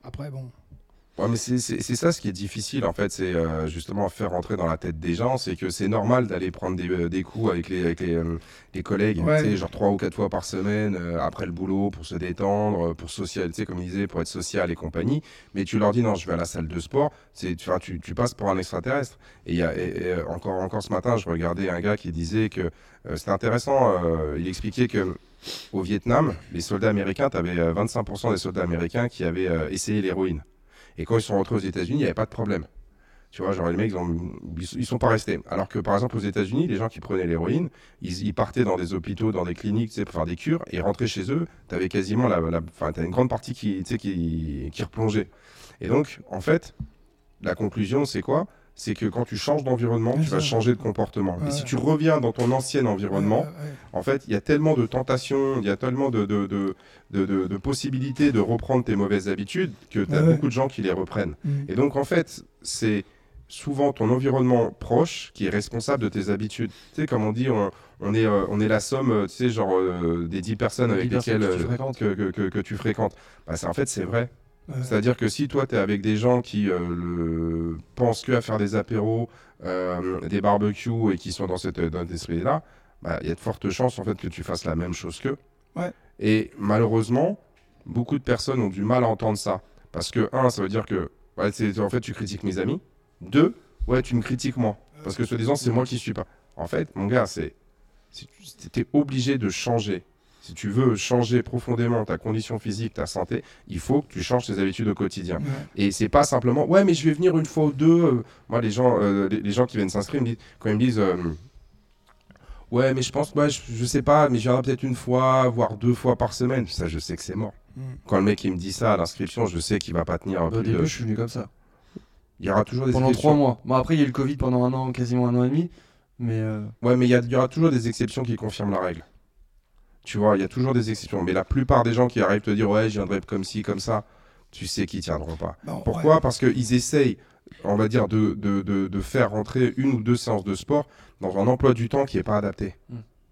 Après, bon. Ouais, mais c'est, c'est, c'est ça ce qui est difficile en fait, c'est euh, justement faire rentrer dans la tête des gens, c'est que c'est normal d'aller prendre des, euh, des coups avec les, avec les, euh, les collègues, Ouais. tu sais, genre trois ou quatre fois par semaine, euh, après le boulot, pour se détendre, euh, pour social, tu sais, comme il disait, pour être social et compagnie, mais tu leur dis non, je vais à la salle de sport, c'est, tu, enfin, tu, tu passes pour un extraterrestre. Et, il y a, et, et, euh, encore, encore ce matin, je regardais un gars qui disait que euh, c'était intéressant, euh, il expliquait que au Vietnam, les soldats américains, tu avais vingt-cinq pour cent des soldats américains qui avaient euh, essayé l'héroïne. Et quand ils sont rentrés aux États-Unis, il n'y avait pas de problème. Tu vois, genre les mecs, ils, ont, ils sont pas restés. Alors que par exemple aux États-Unis, les gens qui prenaient l'héroïne, ils, ils partaient dans des hôpitaux, dans des cliniques, tu sais, pour faire des cures, et rentraient chez eux, t'avais quasiment la, la, enfin, t'avais une grande partie qui, tu sais, qui, qui replongeait. Et donc, en fait, la conclusion, c'est quoi ? C'est que quand tu changes d'environnement, Ouais, tu vas ça. changer de comportement. Ouais. Et si tu reviens dans ton ancien environnement, Ouais, ouais, ouais. en fait, il y a tellement de tentations, il y a tellement de, de, de, de, de, de possibilités de reprendre tes mauvaises habitudes que tu as Ouais, ouais. beaucoup de gens qui les reprennent. Mm. Et donc, en fait, c'est souvent ton environnement proche qui est responsable de tes habitudes. Tu sais, comme on dit, on, on, est, euh, on est la somme, euh, tu sais, genre euh, des dix personnes Les avec dix personnes lesquelles que tu euh, fréquentes. que, que, que, que tu fréquentes. Bah, c'est, en fait, c'est vrai. Ouais. C'est-à-dire que si toi, tu es avec des gens qui euh, le... pensent que à faire des apéros, euh, des barbecues et qui sont dans, cette, dans cet esprit-là, bah, il y a de fortes chances en fait, que tu fasses la même chose qu'eux. Ouais. Et malheureusement, beaucoup de personnes ont du mal à entendre ça. Parce que, un, ça veut dire que ouais, c'est, en fait, tu critiques mes amis. Deux, ouais, tu me critiques moi. Parce que soi-disant, c'est moi qui suis pas. En fait, mon gars, c'est, c'est, t'es obligé de changer. Si tu veux changer profondément ta condition physique, ta santé, il faut que tu changes tes habitudes au quotidien. Ouais. Et c'est pas simplement, ouais, mais je vais venir une fois ou deux. euh, moi, les gens, euh, les, les gens qui viennent s'inscrire, me disent, quand ils me disent, euh, ouais, mais je pense, ouais, je, je sais pas, mais je viendrai peut-être une fois, voire deux fois par semaine. Ça, je sais que c'est mort. Mm. Quand le mec il me dit ça à l'inscription, je sais qu'il va pas tenir. Au plus début, de... je suis venu comme ça. Il y aura toujours des Pendant exceptions. trois mois. Bon, après, il y a eu le Covid pendant un an, quasiment un an et demi. Mais euh, Ouais, mais il y, a- il y aura toujours des exceptions qui confirment la règle. Tu vois, il y a toujours des exceptions. Mais la plupart des gens qui arrivent te dire, ouais, je viendrai comme ci, comme ça, tu sais qu'ils tiendront pas. Bon, Pourquoi ouais. Parce qu'ils essayent, on va dire, de, de, de, de faire rentrer une ou deux séances de sport dans un emploi du temps qui n'est pas adapté. Mm.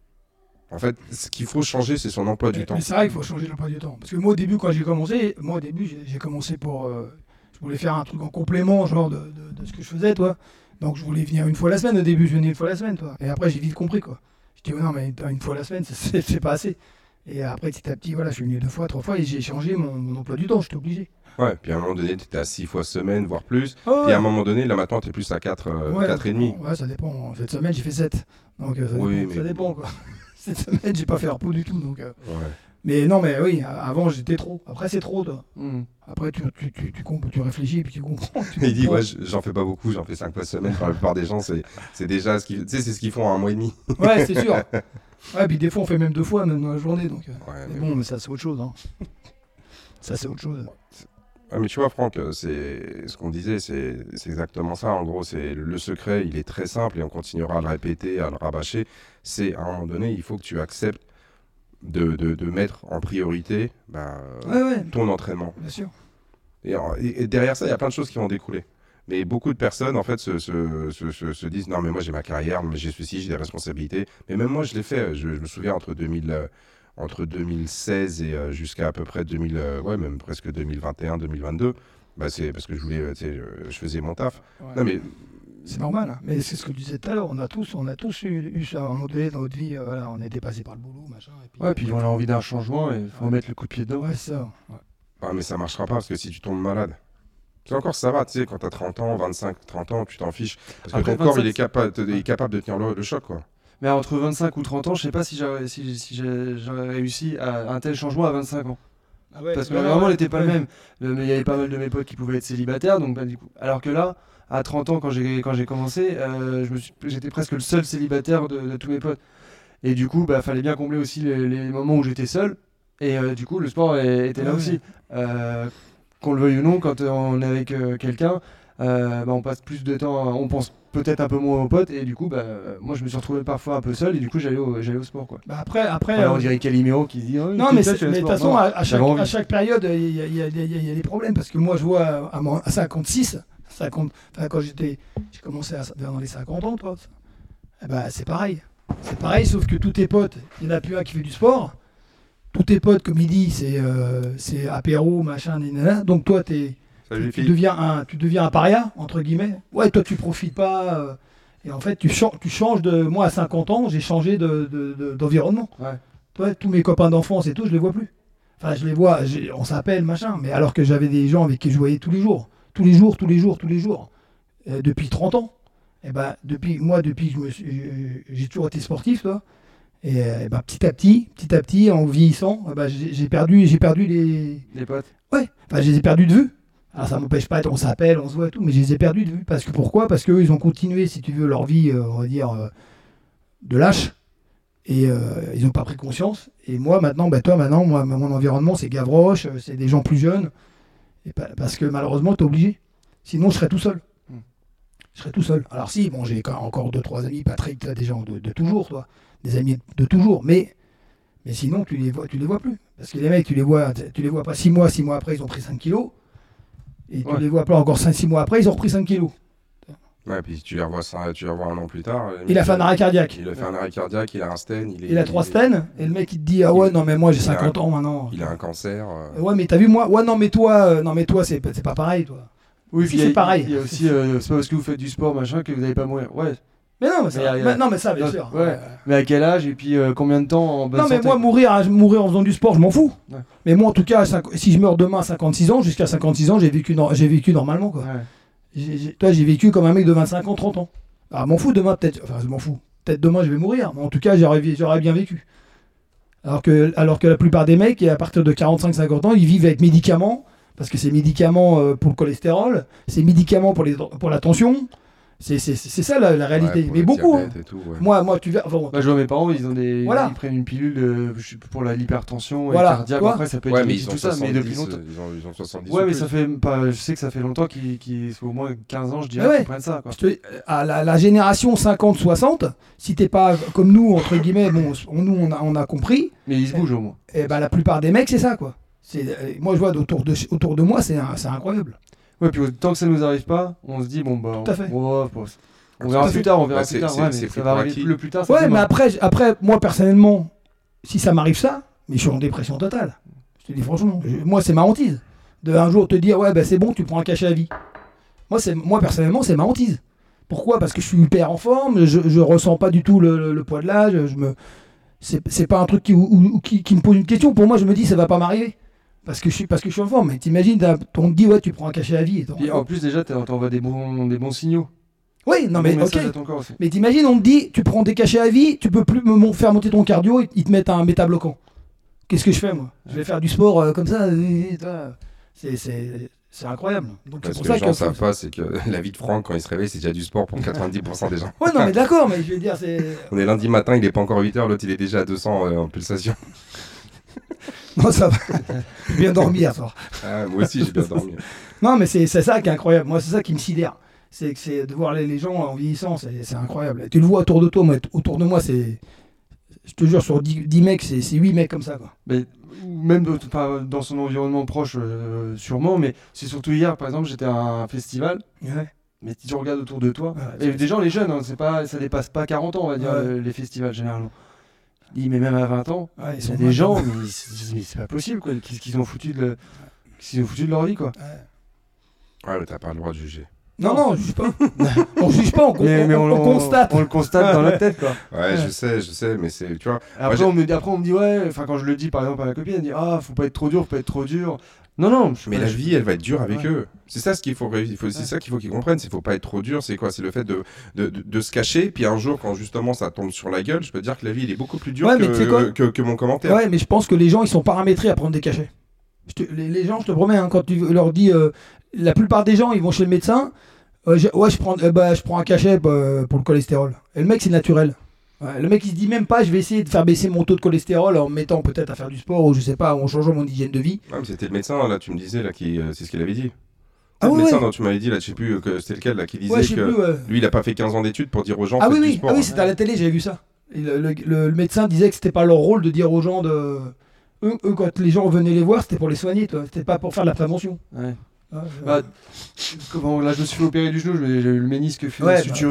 En fait, ce qu'il faut changer, c'est son emploi du Mais, temps. mais c'est vrai qu'il faut changer l'emploi du temps. Parce que moi, au début, quand j'ai commencé, moi, au début, j'ai, j'ai commencé pour. euh, je voulais faire un truc en complément, genre, de, de, de ce que je faisais, toi. Donc, je voulais venir une fois la semaine. Au début, je venais une fois la semaine, toi. Et après, j'ai vite compris, quoi. Je dis, oh, non, mais une fois la semaine, c'est, c'est, c'est pas assez. Et après, petit à petit, voilà, je suis venu deux fois, trois fois, et j'ai changé mon, mon emploi du temps, j'étais obligé. Ouais, puis à un moment donné, tu étais à six fois semaine, voire plus. Oh, Puis à un moment donné, là maintenant, tu es plus à quatre, euh, ouais, quatre et demi. Ouais, ça dépend. Cette semaine, j'ai fait sept. Donc, euh, ça, Oui, dépend, mais ça bon. dépend, quoi. Cette semaine, j'ai pas fait repos du tout. Donc, euh, Ouais. mais non, mais oui, avant, j'étais trop. Après, c'est trop, toi. mm. Après, tu, tu, tu, tu, comp- tu réfléchis et puis tu comprends. Tu Il dit, comprends. ouais, je- j'en fais pas beaucoup, j'en fais cinq fois semaine. Pour la plupart des gens, c'est, c'est déjà ce qu'ils, tu sais, c'est ce qu'ils font en un mois et demi. Ouais, c'est sûr. Ouais, puis des fois, on fait même deux fois, même dans la journée. Donc, euh, Ouais, mais mais bon, mais ça, c'est autre chose. Hein. Ça, c'est autre chose. Ah, mais tu vois, Franck, euh, c'est ce qu'on disait, c'est, c'est exactement ça. En gros, c'est le secret, il est très simple et on continuera à le répéter, à le rabâcher. C'est à un moment donné, il faut que tu acceptes de, de, de mettre en priorité bah, Ouais, ouais, ton entraînement. bien sûr. Et, en- et- et derrière ça, il y a plein de choses qui vont découler. Mais beaucoup de personnes, en fait, se, se, se, se- se disent non, mais moi j'ai ma carrière, mais j'ai ceci, j'ai des responsabilités. Mais même moi, je l'ai fait. Je, je me souviens entre deux mille, euh, entre deux mille seize et euh, jusqu'à à peu près deux mille, euh, ouais, même presque deux mille vingt et un, deux mille vingt-deux. Bah, c'est parce que je voulais, euh, tu sais, je, je faisais mon taf. Ouais. Non, mais C'est normal. Hein. Mais c'est ce que tu disais tout à l'heure. On a tous, on a tous eu, eu ça à un moment donné dans notre vie. euh, voilà, on était passé par le boulot, machin. Et puis, Ouais, puis on a envie d'un changement et il faut mettre le coup de pied dedans. Ouais, c'est ça. Ouais. ah, mais ça marchera pas parce que si tu tombes malade. C'est encore ça va, tu sais, quand t'as trente ans, vingt-cinq, trente ans, tu t'en fiches. Parce que Après, ton corps, il vingt-cinq, est, capa- il est capable de tenir le, le choc, quoi. Mais entre vingt-cinq ou trente ans, je sais pas si j'aurais si, si j'ai- j'aurais réussi à un tel changement à vingt-cinq ans. Ah ouais, Parce que ouais, vraiment, ouais, n'était pas ouais. le même. Euh, Mais il y avait pas mal de mes potes qui pouvaient être célibataires, donc bah, du coup. Alors que là, à trente ans, quand j'ai quand j'ai commencé, euh, je me suis, j'étais presque le seul célibataire de, de tous mes potes. Et du coup, bah fallait bien combler aussi les, les moments où j'étais seul. Et euh, du coup, le sport est- était là Ouais, aussi. ouais. Euh, qu'on le veuille ou non, quand euh, on est avec euh, quelqu'un, euh, bah, on passe plus de temps, on pense peut-être un peu moins aux potes. Et du coup, bah, euh, moi, je me suis retrouvé parfois un peu seul. Et du coup, j'allais au, j'allais au sport, quoi. Bah après, après. Voilà, on euh, dirait Calimero qui se dit. Oh, Non, t'es mais seul, c'est- tu vas au mais de toute sport. façon, Non, à, à chaque, j'avais envie. à chaque période, il y, a- il y a- il y a- il y a des problèmes. Parce que moi, je vois à, mon- à cinquante-six, cinquante, enfin, quand j'étais, j'ai commencé à, dans les cinquante ans, toi, eh ben, c'est pareil. C'est pareil, sauf que tous tes potes, il n'y en a plus un qui fait du sport. tous tes potes, comme il dit, c'est, euh, c'est apéro, machin, nanana. Donc toi, t'es, Salut, tu, tu filles. deviens un, tu deviens un paria, entre guillemets. Ouais, toi, tu profites pas. euh, et en fait, tu, chan- tu changes de. Moi, à cinquante ans, j'ai changé de, de- de- d'environnement. Ouais. Toi, tous mes copains d'enfance et tout, je les vois plus. Enfin, je les vois, j'ai- on s'appelle, machin. Mais alors que j'avais des gens avec qui je voyais tous les jours. Tous les jours, tous les jours, tous les jours. Euh, depuis trente ans. Et ben, depuis, moi, depuis que je me suis, j'ai- j'ai toujours été sportif, toi. Et, euh, et ben, petit à petit, petit à petit, en vieillissant, eh ben, j'ai, j'ai perdu, j'ai perdu les. Les potes. Ouais, enfin, je les ai perdus de vue. Alors, ça m'empêche pas, on s'appelle, on se voit et tout, mais je les ai perdus de vue. Parce que pourquoi? Parce qu'eux, ils ont continué, si tu veux, leur vie, euh, on va dire, euh, de lâche. Et euh, ils n'ont pas pris conscience. Et moi, maintenant, bah, toi, maintenant, moi, mon environnement, c'est Gavroche, euh, c'est des gens plus jeunes. Et pa- parce que malheureusement, tu es obligé. Sinon, je serais tout seul. Hmm. Je serais tout seul. Alors, si, bon, j'ai quand- encore deux, trois amis, Patrick, t'as des gens de, de toujours, toi. Des amis de toujours. Mais, mais sinon, tu les vois, tu les vois plus. Parce que les mecs, tu les vois, tu les vois pas six mois, six mois après, ils ont pris cinq kilos. Et tu Ouais. les vois pas encore cinq six mois après, ils ont repris cinq kilos. Ouais, puis tu les revois, ça, tu les revois un an plus tard. le Il a mec, fait un arrêt cardiaque. Il a fait un arrêt cardiaque, il a un stent. Il, est, Il a trois est- stents. Et le mec, il te dit, ah ouais, non, mais moi, j'ai il a- cinquante ans maintenant. Il a un cancer. euh. Ouais, mais t'as vu, moi, ouais, non, mais toi, euh, non, mais toi, c'est, c'est pas pareil, toi. Oui, Si, puis il y a- c'est pareil. Il y a aussi, euh, c'est pas parce que vous faites du sport, machin, que vous n'allez pas mourir. Ouais. Mais non, mais Mais ça, y a- y a- mais- non, mais ça, bien Non, sûr. ouais. Euh, Mais à quel âge et puis euh, combien de temps en bonne non, mais santé? moi, mourir, hein, mourir en faisant du sport, je m'en fous. Ouais. Mais moi, en tout cas, à cinq- si je meurs demain à cinquante-six ans, jusqu'à cinquante-six ans, j'ai vécu, nor- j'ai vécu normalement, quoi. Ouais. J'ai- j'ai- toi, j'ai vécu comme un mec de vingt-cinq ans, trente ans. Alors, m'en fous demain, peut-être. Enfin, je m'en fous. Peut-être demain, je vais mourir. Mais en tout cas, j'aurais, vi- j'aurais bien vécu. Alors que, alors que la plupart des mecs, à partir de quarante-cinq cinquante ans, ils vivent avec médicaments. Parce que c'est médicaments euh, pour le cholestérol, c'est médicaments pour, les, pour la tension. C'est, c'est, c'est ça la, la réalité. Ouais, pour mais le beaucoup. diabète et tout, ouais. Moi, moi, tu verras. Enfin, Bah, je vois mes parents, ils ont des, Voilà. ils prennent une pilule de- je sais, pour la l'hypertension et Voilà. cardiaque. Toi Après, ça peut être Ouais, mais génétique, ils ont tout ça, mais depuis soixante-dix, longtemps. euh, Ils ont, ils ont soixante-dix. Ouais, ou mais plus. ça fait pas. Je sais que ça fait longtemps qu'ils, qu'ils sont au moins quinze ans, je dirais, Mais ouais. qu'ils prennent ça. Quoi. je te- à la, la génération cinquante soixante, si t'es pas comme nous, entre guillemets, bon, on- nous, on a, on a compris, Mais ils se bougent au moins. et ben, la plupart des mecs, c'est ça, quoi. C'est, euh, moi, je vois autour de, autour de moi, c'est, un- c'est incroyable. Ouais, puis tant que ça nous arrive pas, on se dit, bon, bah. Tout à fait. On, on- on Tout verra à plus fait. tard, on verra Bah, plus c'est- tard. c'est- Ouais, mais c'est ça pris va pour arriver acquis. le plus tard. ça Ouais, fait mais mal. après, j- après, moi, personnellement, si ça m'arrive ça, mais je suis en dépression totale. Je te dis franchement, je- moi, c'est ma hantise. De un jour te dire, ouais, ben c'est bon, tu prends un cachet à vie. Moi, c'est, moi personnellement, c'est ma hantise. Pourquoi? Parce que je suis hyper en forme, je, je ressens pas du tout le, le- le poids de l'âge, je me... c'est, c'est pas un truc qui, ou- ou- qui, qui me pose une question. Pour moi, je me dis, ça va pas m'arriver. Parce que je suis, parce que je suis en forme. Mais t'imagines, t'as- on te dit, ouais, tu prends un cachet à vie. Et t'en- Puis en plus, déjà, t'en- t'envoies des bons, des bons signaux. Oui, non, Des mais bons ok. messages à ton corps aussi. Mais t'imagines, on te dit, tu prends des cachets à vie, tu peux plus me mon- faire monter ton cardio, ils ils te mettent un méta-bloquant. Qu'est-ce que je fais, moi? Je vais faire du sport euh, comme ça. euh, toi. C'est, c'est, c'est incroyable. Donc Parce c'est que pour les ça gens que. savent pas, c'est que la vie de Franck, quand il se réveille, c'est déjà du sport pour quatre-vingt-dix pour cent des gens. Ouais, non, mais d'accord, mais je veux dire, c'est. On est lundi matin, il est pas encore huit heures, l'autre il est déjà à deux cents euh, en pulsation. Non, ça va. J'ai bien dormi hier soir. Ah, moi aussi j'ai bien dormi. Non, mais c'est, c'est ça qui est incroyable. Moi, c'est ça qui me sidère. C'est, que c'est de voir les, les gens en vieillissant, c'est, c'est incroyable. Tu le vois autour de toi, moi, autour de moi, c'est. Je te jure, sur dix, dix mecs, c'est, c'est huit mecs comme ça, quoi. Mais, ou même de- pas dans son environnement proche, euh, sûrement, mais c'est surtout hier, par exemple, j'étais à un festival. Ouais. Mais si tu regardes autour de toi, Ouais, et c'est- des gens, les jeunes, hein, c'est pas, ça dépasse pas quarante ans, on va dire, Ouais. euh, les festivals généralement. Je dis, mais même à vingt ans, Ouais, ils il y sont a des mal. gens, mais, ils se disent, mais c'est pas possible, quoi. Qu'est-ce qu'ils ont foutu de, le- qu'est-ce qu'ils ont foutu de leur vie, quoi. Ouais. Ouais, mais t'as pas le droit de juger. Non, non, on juge pas. on juge pas, on, con- Mais, on- mais on- on constate. On le constate dans notre tête, quoi. Ouais, Ouais. je sais, je sais, mais c'est, tu vois. Après, j'ai- on me, après, on me dit, ouais, enfin, quand je le dis, par exemple, à ma copine, elle dit, ah, faut pas être trop dur, faut pas être trop dur. Non, non, je suis Mais pas- la je- vie, elle va être dure avec Ouais. eux. C'est ça ce qu'il faut, il faut c'est Ouais. ça qu'il faut qu'ils comprennent. C'est faut pas être trop dur. C'est quoi? C'est le fait de, de, de, de se cacher. Puis un jour, quand justement ça tombe sur la gueule, je peux te dire que la vie, elle est beaucoup plus dure Ouais, mais tu sais quoi que, que, que mon commentaire. Ouais, mais je pense que les gens, ils sont paramétrés à prendre des cachets. Je te- les, les gens, je te promets, hein, quand tu leur dis, euh, la plupart des gens, ils vont chez le médecin. euh, j'ai- ouais, je prends, euh, bah, je prends un cachet bah, pour le cholestérol. Et le mec, c'est naturel. Ouais, le mec, il se dit même pas, je vais essayer de faire baisser mon taux de cholestérol en me mettant peut-être à faire du sport ou je sais pas, en changeant mon hygiène de vie. Ouais, mais c'était le médecin, là, tu me disais, là, qui, euh, c'est ce qu'il avait dit. Ah le ouais, médecin ouais. dont tu m'avais dit, là, je sais plus, euh, que c'était lequel, là, qui disait Ouais, je sais que plus. ouais. lui, il a pas fait quinze ans d'études pour dire aux gens, Ah faites oui, du oui, sport. ah oui, hein. c'était à la télé, j'avais vu ça. Et le, le- le- le médecin disait que c'était pas leur rôle de dire aux gens de. Eux, eux, quand les gens venaient les voir, c'était pour les soigner, toi. C'était pas pour faire de la prévention. Ouais. Ah, Bah, comment, là, je me suis fait opérer du genou, j'ai j'ai eu le ménisque fu- Ouais, suturé.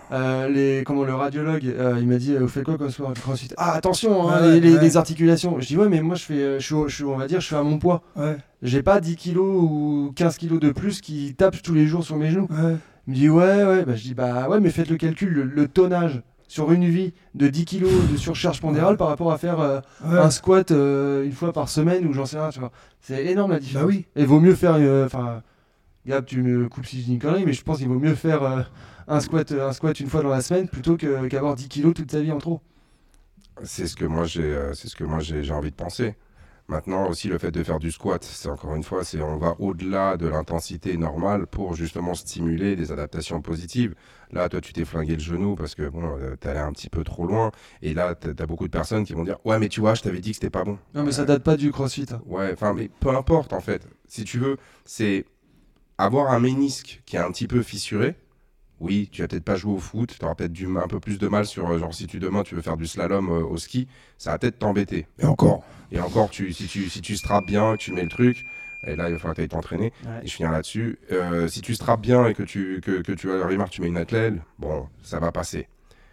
Euh, les, comment, le radiologue, euh, il m'a dit, euh, vous faites quoi comme sport? CrossFit. Ah, attention, hein, Ouais, les, les- ouais. les articulations. Je dis, ouais, mais moi, je fais, euh, je suis, au- je suis, on va dire, je suis à mon poids. Ouais, J'ai pas dix kilos ou quinze kilos de plus qui tapent tous les jours sur mes genoux. ouais. Il me dit, ouais, ouais. Bah, je dis, bah ouais, mais faites le calcul, le, le tonnage sur une vie de dix kilos de surcharge pondérale Ouais. par rapport à faire euh, Ouais. un squat euh, une fois par semaine ou j'en sais rien, tu vois. C'est énorme la différence. Bah oui. Et vaut mieux faire, enfin, Gab, tu me coupes si je dis une connerie, mais je pense qu'il vaut mieux faire euh, un squat, un squat une fois dans la semaine plutôt que, qu'avoir dix kilos toute sa vie en trop. C'est ce que moi j'ai, euh, c'est ce que moi j'ai, j'ai envie de penser. Maintenant aussi le fait de faire du squat, c'est encore une fois, c'est on va au-delà de l'intensité normale pour justement stimuler des adaptations positives. Là, toi, tu t'es flingué le genou parce que bon, euh, t'es allé un petit peu trop loin. Et là, t'as, t'as beaucoup de personnes qui vont dire, ouais, mais tu vois, je t'avais dit que c'était pas bon. Non, mais ça Euh, date pas du CrossFit. hein. Ouais, enfin, mais peu importe en fait. Si tu veux, c'est avoir un ménisque qui est un petit peu fissuré. Oui, tu vas peut-être pas jouer au foot, tu auras peut-être du, un peu plus de mal sur, euh, genre si tu demain tu veux faire du slalom euh, au ski, ça va peut-être t'embêter. Et encore. Et encore, tu, si tu si tu strappes bien, que tu mets le truc, et là il va falloir que tu ailles t'entraîner, Ouais. et je finis là-dessus. Euh, si tu strappes bien et que tu, que, que tu as la remarque, tu mets une athlète, bon, ça va passer.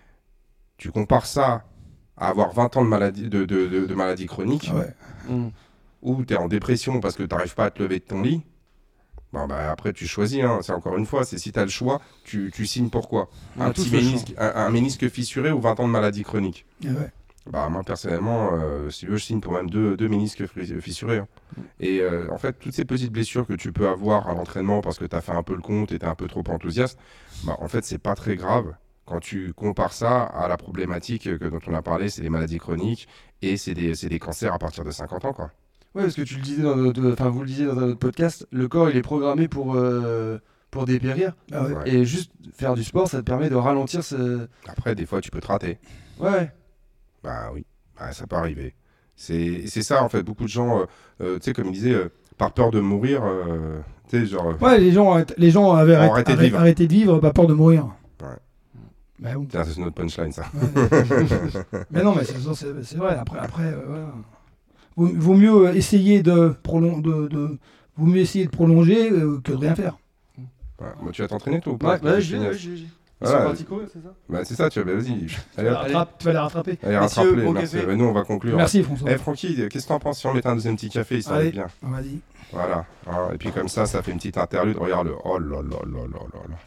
Tu compares ça à avoir vingt ans de maladie, de, de, de, de maladie chronique, Ah ouais. Mm. ou tu es en dépression parce que tu n'arrives pas à te lever de ton lit. Bon, bah, après, tu choisis. Hein. C'est encore une fois, c'est si tu as le choix, tu, tu signes pourquoi On un, a tous petit le ménisque, un, un ménisque fissuré ou vingt ans de maladie chronique. Ah ouais. Bah, moi, personnellement, euh, si tu veux, je signe pour même deux, deux ménisques fri- fissurés. hein. Et euh, en fait, toutes ces petites blessures que tu peux avoir à l'entraînement parce que tu as fait un peu le compte et tu es un peu trop enthousiaste, bah, en fait, c'est pas très grave quand tu compares ça à la problématique que, dont on a parlé, c'est les maladies chroniques et c'est des, c'est des cancers à partir de cinquante ans. Quoi. Ouais, parce que tu le disais dans notre, enfin vous le disiez dans un autre podcast, le corps il est programmé pour euh, pour dépérir Ah ouais. Ouais. et juste faire du sport, ça te permet de ralentir ce. Après, des fois, tu peux te rater. Ouais. Bah oui, bah, ça peut arriver. C'est c'est ça, en fait. Beaucoup de gens, euh, euh, tu sais, comme il disait, euh, par peur de mourir, euh, tu sais, genre. Ouais, les gens, arrêtent- les gens avaient Ont arrêté, arrêté de arrêté- vivre. arrêté de vivre, pas peur de mourir. Ouais. Bah bon. Tiens, c'est notre punchline, ça. Ouais. Mais non, mais c'est, c'est, c'est vrai. Après, après euh, voilà. vaut, vaut mieux euh, essayer de, prolon- de, de vaut mieux essayer de prolonger euh, que de rien faire. Ouais. Bah, tu vas t'entraîner, toi, ou pas Ouais, Parce que ouais, je j'ai, finis à- ouais, j'ai, j'ai. Ils Voilà. sont partis courir, c'est ça? Bah, c'est ça, tu vas, vas-y. Tu Allez, vas, hop. les rattraper- tu vas les rattraper. Allez, Messieurs, rattrape-les, bon merci. café. Bah, nous, on va conclure. Merci François. Eh, Francky, qu'est-ce que t'en penses si on mettait un deuxième petit café, histoire Allez. d'être bien Vas-y. Voilà. Hein, et puis comme ça, ça fait une petite interlude. Regarde le. Oh là là là là là là.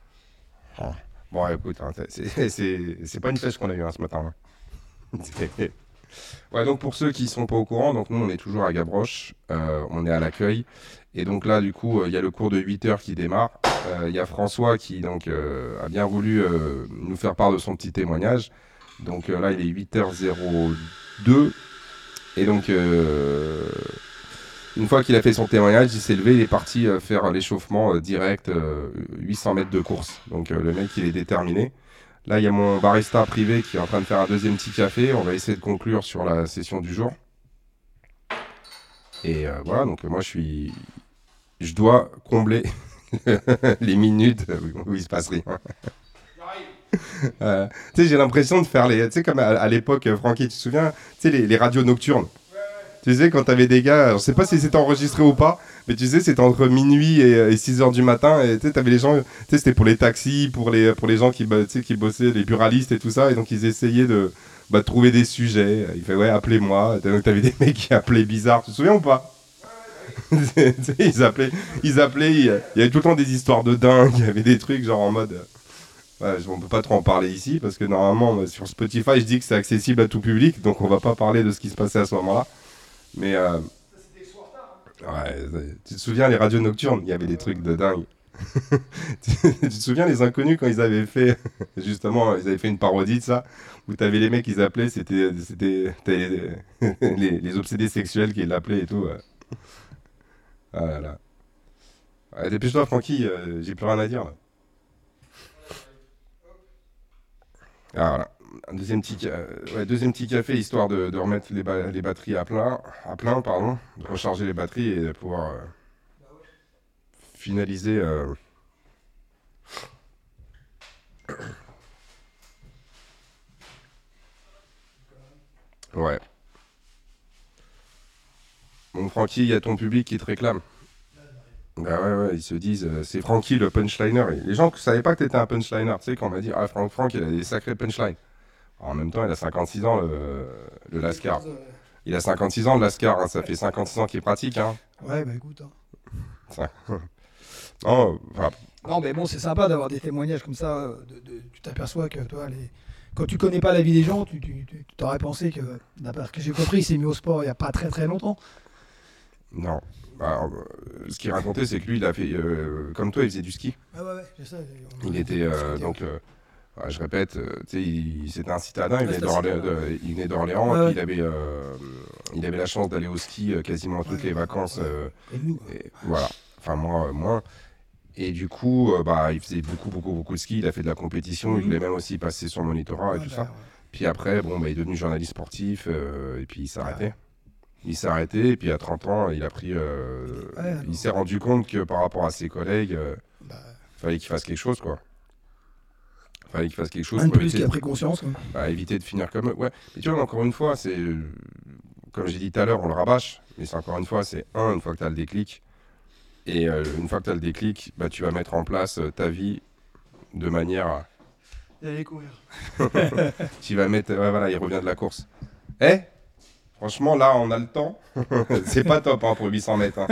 Ah. Bon, écoute, hein, c'est, c'est, c'est pas une fête qu'on a eue hein, ce matin. hein. C'est- ouais, donc pour ceux qui sont pas au courant, donc nous on est toujours à Gavroche, euh, on est à l'accueil. Et donc là, du coup, il euh, y a le cours de huit heures qui démarre. Il euh, y a François qui donc, euh, a bien voulu euh, nous faire part de son petit témoignage. Donc euh, là, il est huit heures zéro deux. Et donc, euh, une fois qu'il a fait son témoignage, il s'est levé, il est parti euh, faire l'échauffement euh, direct, euh, huit cents mètres de course. Donc euh, le mec, il est déterminé. Là, il y a mon barista privé qui est en train de faire un deuxième petit café. On va essayer de conclure sur la session du jour. Et euh, voilà, donc euh, moi, je suis... Je dois combler les minutes où, où il se passe rien. Euh, tu sais, j'ai l'impression de faire les... Tu sais, comme à, à l'époque, euh, Francky, tu te souviens, tu sais, les, les radios nocturnes. Tu sais, quand t'avais des gars, je sais pas si c'était enregistré ou pas, mais tu sais, c'était entre minuit et, et six heures du matin, et tu sais, t'avais les gens, tu sais, c'était pour les taxis, pour les, pour les gens qui, bah, tu sais, qui bossaient, les buralistes et tout ça, et donc ils essayaient de, bah, de trouver des sujets. Il fait, ouais, appelez-moi. Donc t'avais des mecs qui appelaient bizarre, tu te souviens ou pas? Tu sais, ils appelaient, ils appelaient, il y avait tout le temps des histoires de dingue, il y avait des trucs genre en mode... Ouais, on peut pas trop en parler ici, parce que normalement, sur Spotify, je dis que c'est accessible à tout public, donc on va pas parler de ce qui se passait à ce moment-là. Mais euh... ouais, tu te souviens les radios nocturnes, il y avait des trucs de dingue. Tu te souviens les inconnus quand ils avaient fait justement, ils avaient fait une parodie de ça où t'avais les mecs qu'ils appelaient, c'était c'était les, les, les obsédés sexuels qui l'appelaient et tout. Ouais. Ah là là. Ouais, dépêche-toi Francky, euh, j'ai plus rien à dire là. Ah voilà. Un deuxième petit, ca- ouais, deuxième petit café histoire de, de remettre les, ba- les batteries à plein, à plein pardon, de recharger les batteries et de pouvoir euh, finaliser. euh, Ouais. Bon Francky, il y a ton public qui te réclame. Bah ouais, ouais, ils se disent, euh, c'est Francky le punchliner. Et les gens ne savaient pas que t'étais un punchliner. Tu sais, quand on m'a dit, ah, Franck, Franck, il a des sacrés punchlines. En même temps, il a cinquante-six ans, le, le Lascar. Il a cinquante-six ans, le Lascar. Hein, ça fait cinquante-six ans qu'il pratique. Hein. Ouais, bah écoute. Hein. Ça... non, enfin... non, mais bon, c'est sympa d'avoir des témoignages comme ça. De, de, tu t'aperçois que toi, les... quand tu connais pas la vie des gens, tu, tu, tu t'aurais pensé que, d'après ce que j'ai compris, il s'est mis au sport il n'y a pas très très longtemps. Non. Bah, euh, ce qu'il racontait, c'est que lui, il a fait, euh, comme toi, il faisait du ski. Ah ouais, ouais, c'est ça. Il était, euh, donc, euh, ouais, je répète, euh, tu sais, il, c'était un citadin, il Ouais, venait c'est un d'Orléans, citadin. de- il venait d'Orléans, Ouais, et ouais. puis il avait, euh, il avait la chance d'aller au ski euh, quasiment toutes Ouais, les vacances. ouais. euh, Et nous, et voilà. Enfin, moi, euh, moins. Et du coup, euh, bah, il faisait beaucoup, beaucoup, beaucoup de ski. Il a fait de la compétition. Mhm. Il voulait même aussi passer son monitorat et ouais, tout bah, ça. ouais. Puis après, bon, bah, il est devenu journaliste sportif. euh, et puis il s'est Ouais. arrêté. Il s'est arrêté. Et puis à trente ans, il a pris. euh, Ouais, il non. s'est rendu compte que par rapport à ses collègues, euh, Bah, fallait qu'il fasse quelque chose, quoi. Fallait qu'il fasse quelque chose un de pour plus éviter, qui a pris conscience. Quoi. bah, éviter de finir comme eux. Ouais. Mais tu vois, encore une fois, c'est. euh, Comme j'ai dit tout à l'heure, on le rabâche. Mais c'est encore une fois, c'est un, une fois que tu as le déclic. Et euh, une fois que tu as le déclic, bah, tu vas mettre en place euh, ta vie de manière à. Il allait courir. Tu vas mettre. Ouais, voilà, il revient de la course. Eh franchement, là, on a le temps. C'est pas top hein, pour huit cents mètres. Hein.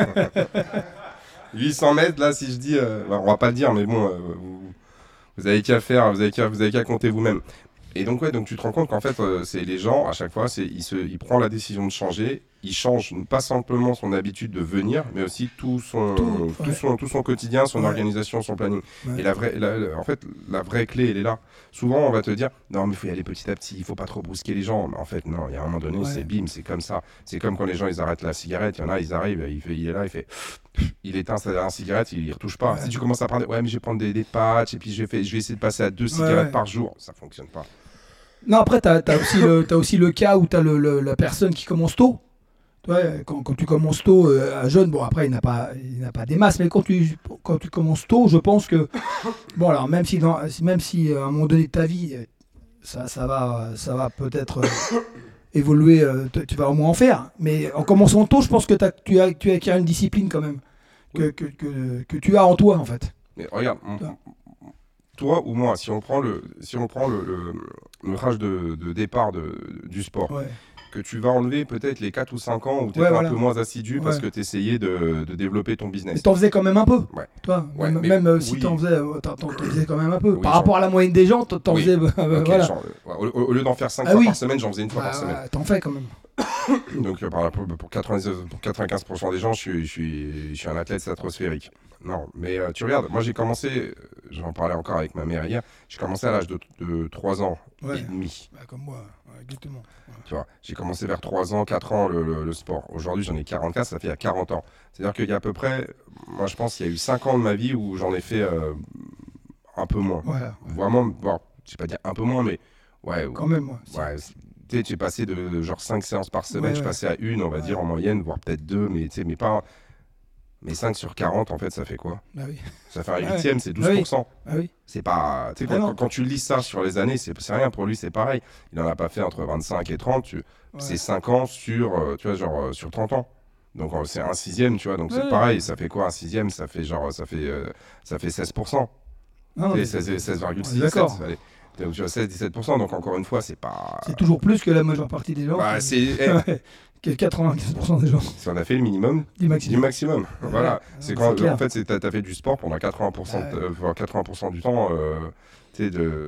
huit cents mètres, là, si je dis. Euh, bah, on va pas le dire, mais bon, euh, vous, vous avez qu'à faire, vous avez qu'à, vous avez qu'à compter vous-même. Et donc, ouais, donc tu te rends compte qu'en fait, euh, c'est les gens, à chaque fois, c'est, ils, se, ils prennent la décision de changer. Il change pas simplement son habitude de venir, mais aussi tout son, Tout, tout ouais. son, tout son quotidien, son Ouais. organisation, son planning. Ouais. Et la vraie, la- la- en fait, la vraie clé, elle est là. Souvent, on va te dire, non, mais il faut y aller petit à petit, il faut pas trop brusquer les gens. Mais en fait, non, il y a un moment donné, Ouais. c'est bim, c'est comme ça. C'est comme quand les gens, ils arrêtent la cigarette. Il y en a, ils arrivent, il, fait, il est là, il fait, il éteint sa dernière cigarette, il y retouche pas. Ouais. Si tu commences à prendre, ouais, mais je vais prendre des, des patchs, et puis je vais, faire- je vais essayer de passer à deux cigarettes ouais. par jour, ça fonctionne pas. Non, après, tu as, aussi, le- t'as aussi le cas où tu as le, le- la personne qui commence tôt. Tu vois, quand, quand tu commences tôt euh, à jeune, bon, après, il n'a pas, il n'a pas des masses, mais quand tu, quand tu commences tôt, je pense que. Bon, alors, même si, dans, même si euh, à un moment donné de ta vie, euh, ça, ça va, ça va peut-être euh, évoluer, euh, t- tu vas au moins en faire. Mais en commençant tôt, je pense que t'as- tu as, tu acquiers une discipline quand même. Que, que, que, que tu as en toi, en fait. Mais regarde, m- Toi. toi ou moi, si on prend le, si on prend le, le, le âge de, de départ de, du sport, Ouais. que tu vas enlever peut-être les quatre ou cinq ans où tu étais Ouais, voilà. un peu moins assidu parce Ouais. que tu essayais de, de développer ton Mais business. t'en faisais quand même un peu. Ouais. Toi, Ouais, même, mais- même, euh, si oui. t'en faisais, euh, t'en, t'en- t'en faisais quand même un peu. Oui, Par j'en- rapport à la moyenne des gens, t'en, t'en Oui. faisais. euh, Ok, voilà. genre, euh, au, au- au lieu d'en faire cinq Ah fois oui. par semaine, j'en faisais une fois Bah, par semaine. ouais, t'en fais quand même. Donc euh, par rapport- pour, quatre-vingt-dix pour quatre-vingt-quinze pour cent des gens, je suis, je suis, je suis un athlète stratosphérique. Non, mais euh, tu regardes, moi j'ai commencé, euh, j'en parlais encore avec ma mère hier, j'ai commencé à l'âge de, de trois ans Ouais. et demi. Bah, comme moi, ouais, exactement. Ouais. Tu vois, j'ai commencé vers trois ans, quatre ans le, le- le sport. Aujourd'hui, j'en ai quarante-quatre, ça fait à quarante ans. C'est-à-dire qu'il y a à peu près, moi je pense qu'il y a eu cinq ans de ma vie où j'en ai fait euh, un peu moins. Voilà, ouais. Vraiment, bon, je vais pas dire un peu moins, mais ouais. Quand même, moi. Ouais, c'est- tu sais, j'ai passé de, de genre cinq séances par semaine, Ouais, je ouais. passais à une, on va Ouais. dire, en moyenne, voire peut-être deux, mais tu sais, mais pas. Mais cinq sur quarante, en fait, ça fait quoi? Bah oui. Ça fait un Ouais. huitième, c'est Ah oui. douze pour cent. Ah oui. C'est pas. Tu sais, Ah quand, non. quand- quand tu lis ça sur les années, c'est c'est rien pour lui, c'est pareil. Il en a pas fait entre vingt-cinq et trente, tu- Ouais. c'est cinq ans sur, euh, tu vois, genre, euh, sur trente ans. Donc euh, c'est un sixième, tu vois, donc c'est Ouais. pareil, ça fait quoi un sixième? Ça fait genre, ça fait, euh, ça fait seize pour cent. Non, non, Et mais seize seize virgule on six est d'accord. sept, allez. Donc tu vois, seize dix-sept pour cent, donc encore une fois, c'est pas. c'est toujours plus que la majeure partie des gens. Bah, qui- c'est. eh, Ouais. Que quatre-vingt-quinze pour cent des gens. si on a fait le minimum, Du du maximum. maximum. Voilà. Ouais, C'est c'est quand, clair. en fait, c'est, t'as, t'as fait du sport pendant quatre-vingts pour cent, de- Ouais. euh, voire quatre-vingts pour cent du temps, euh, tu sais,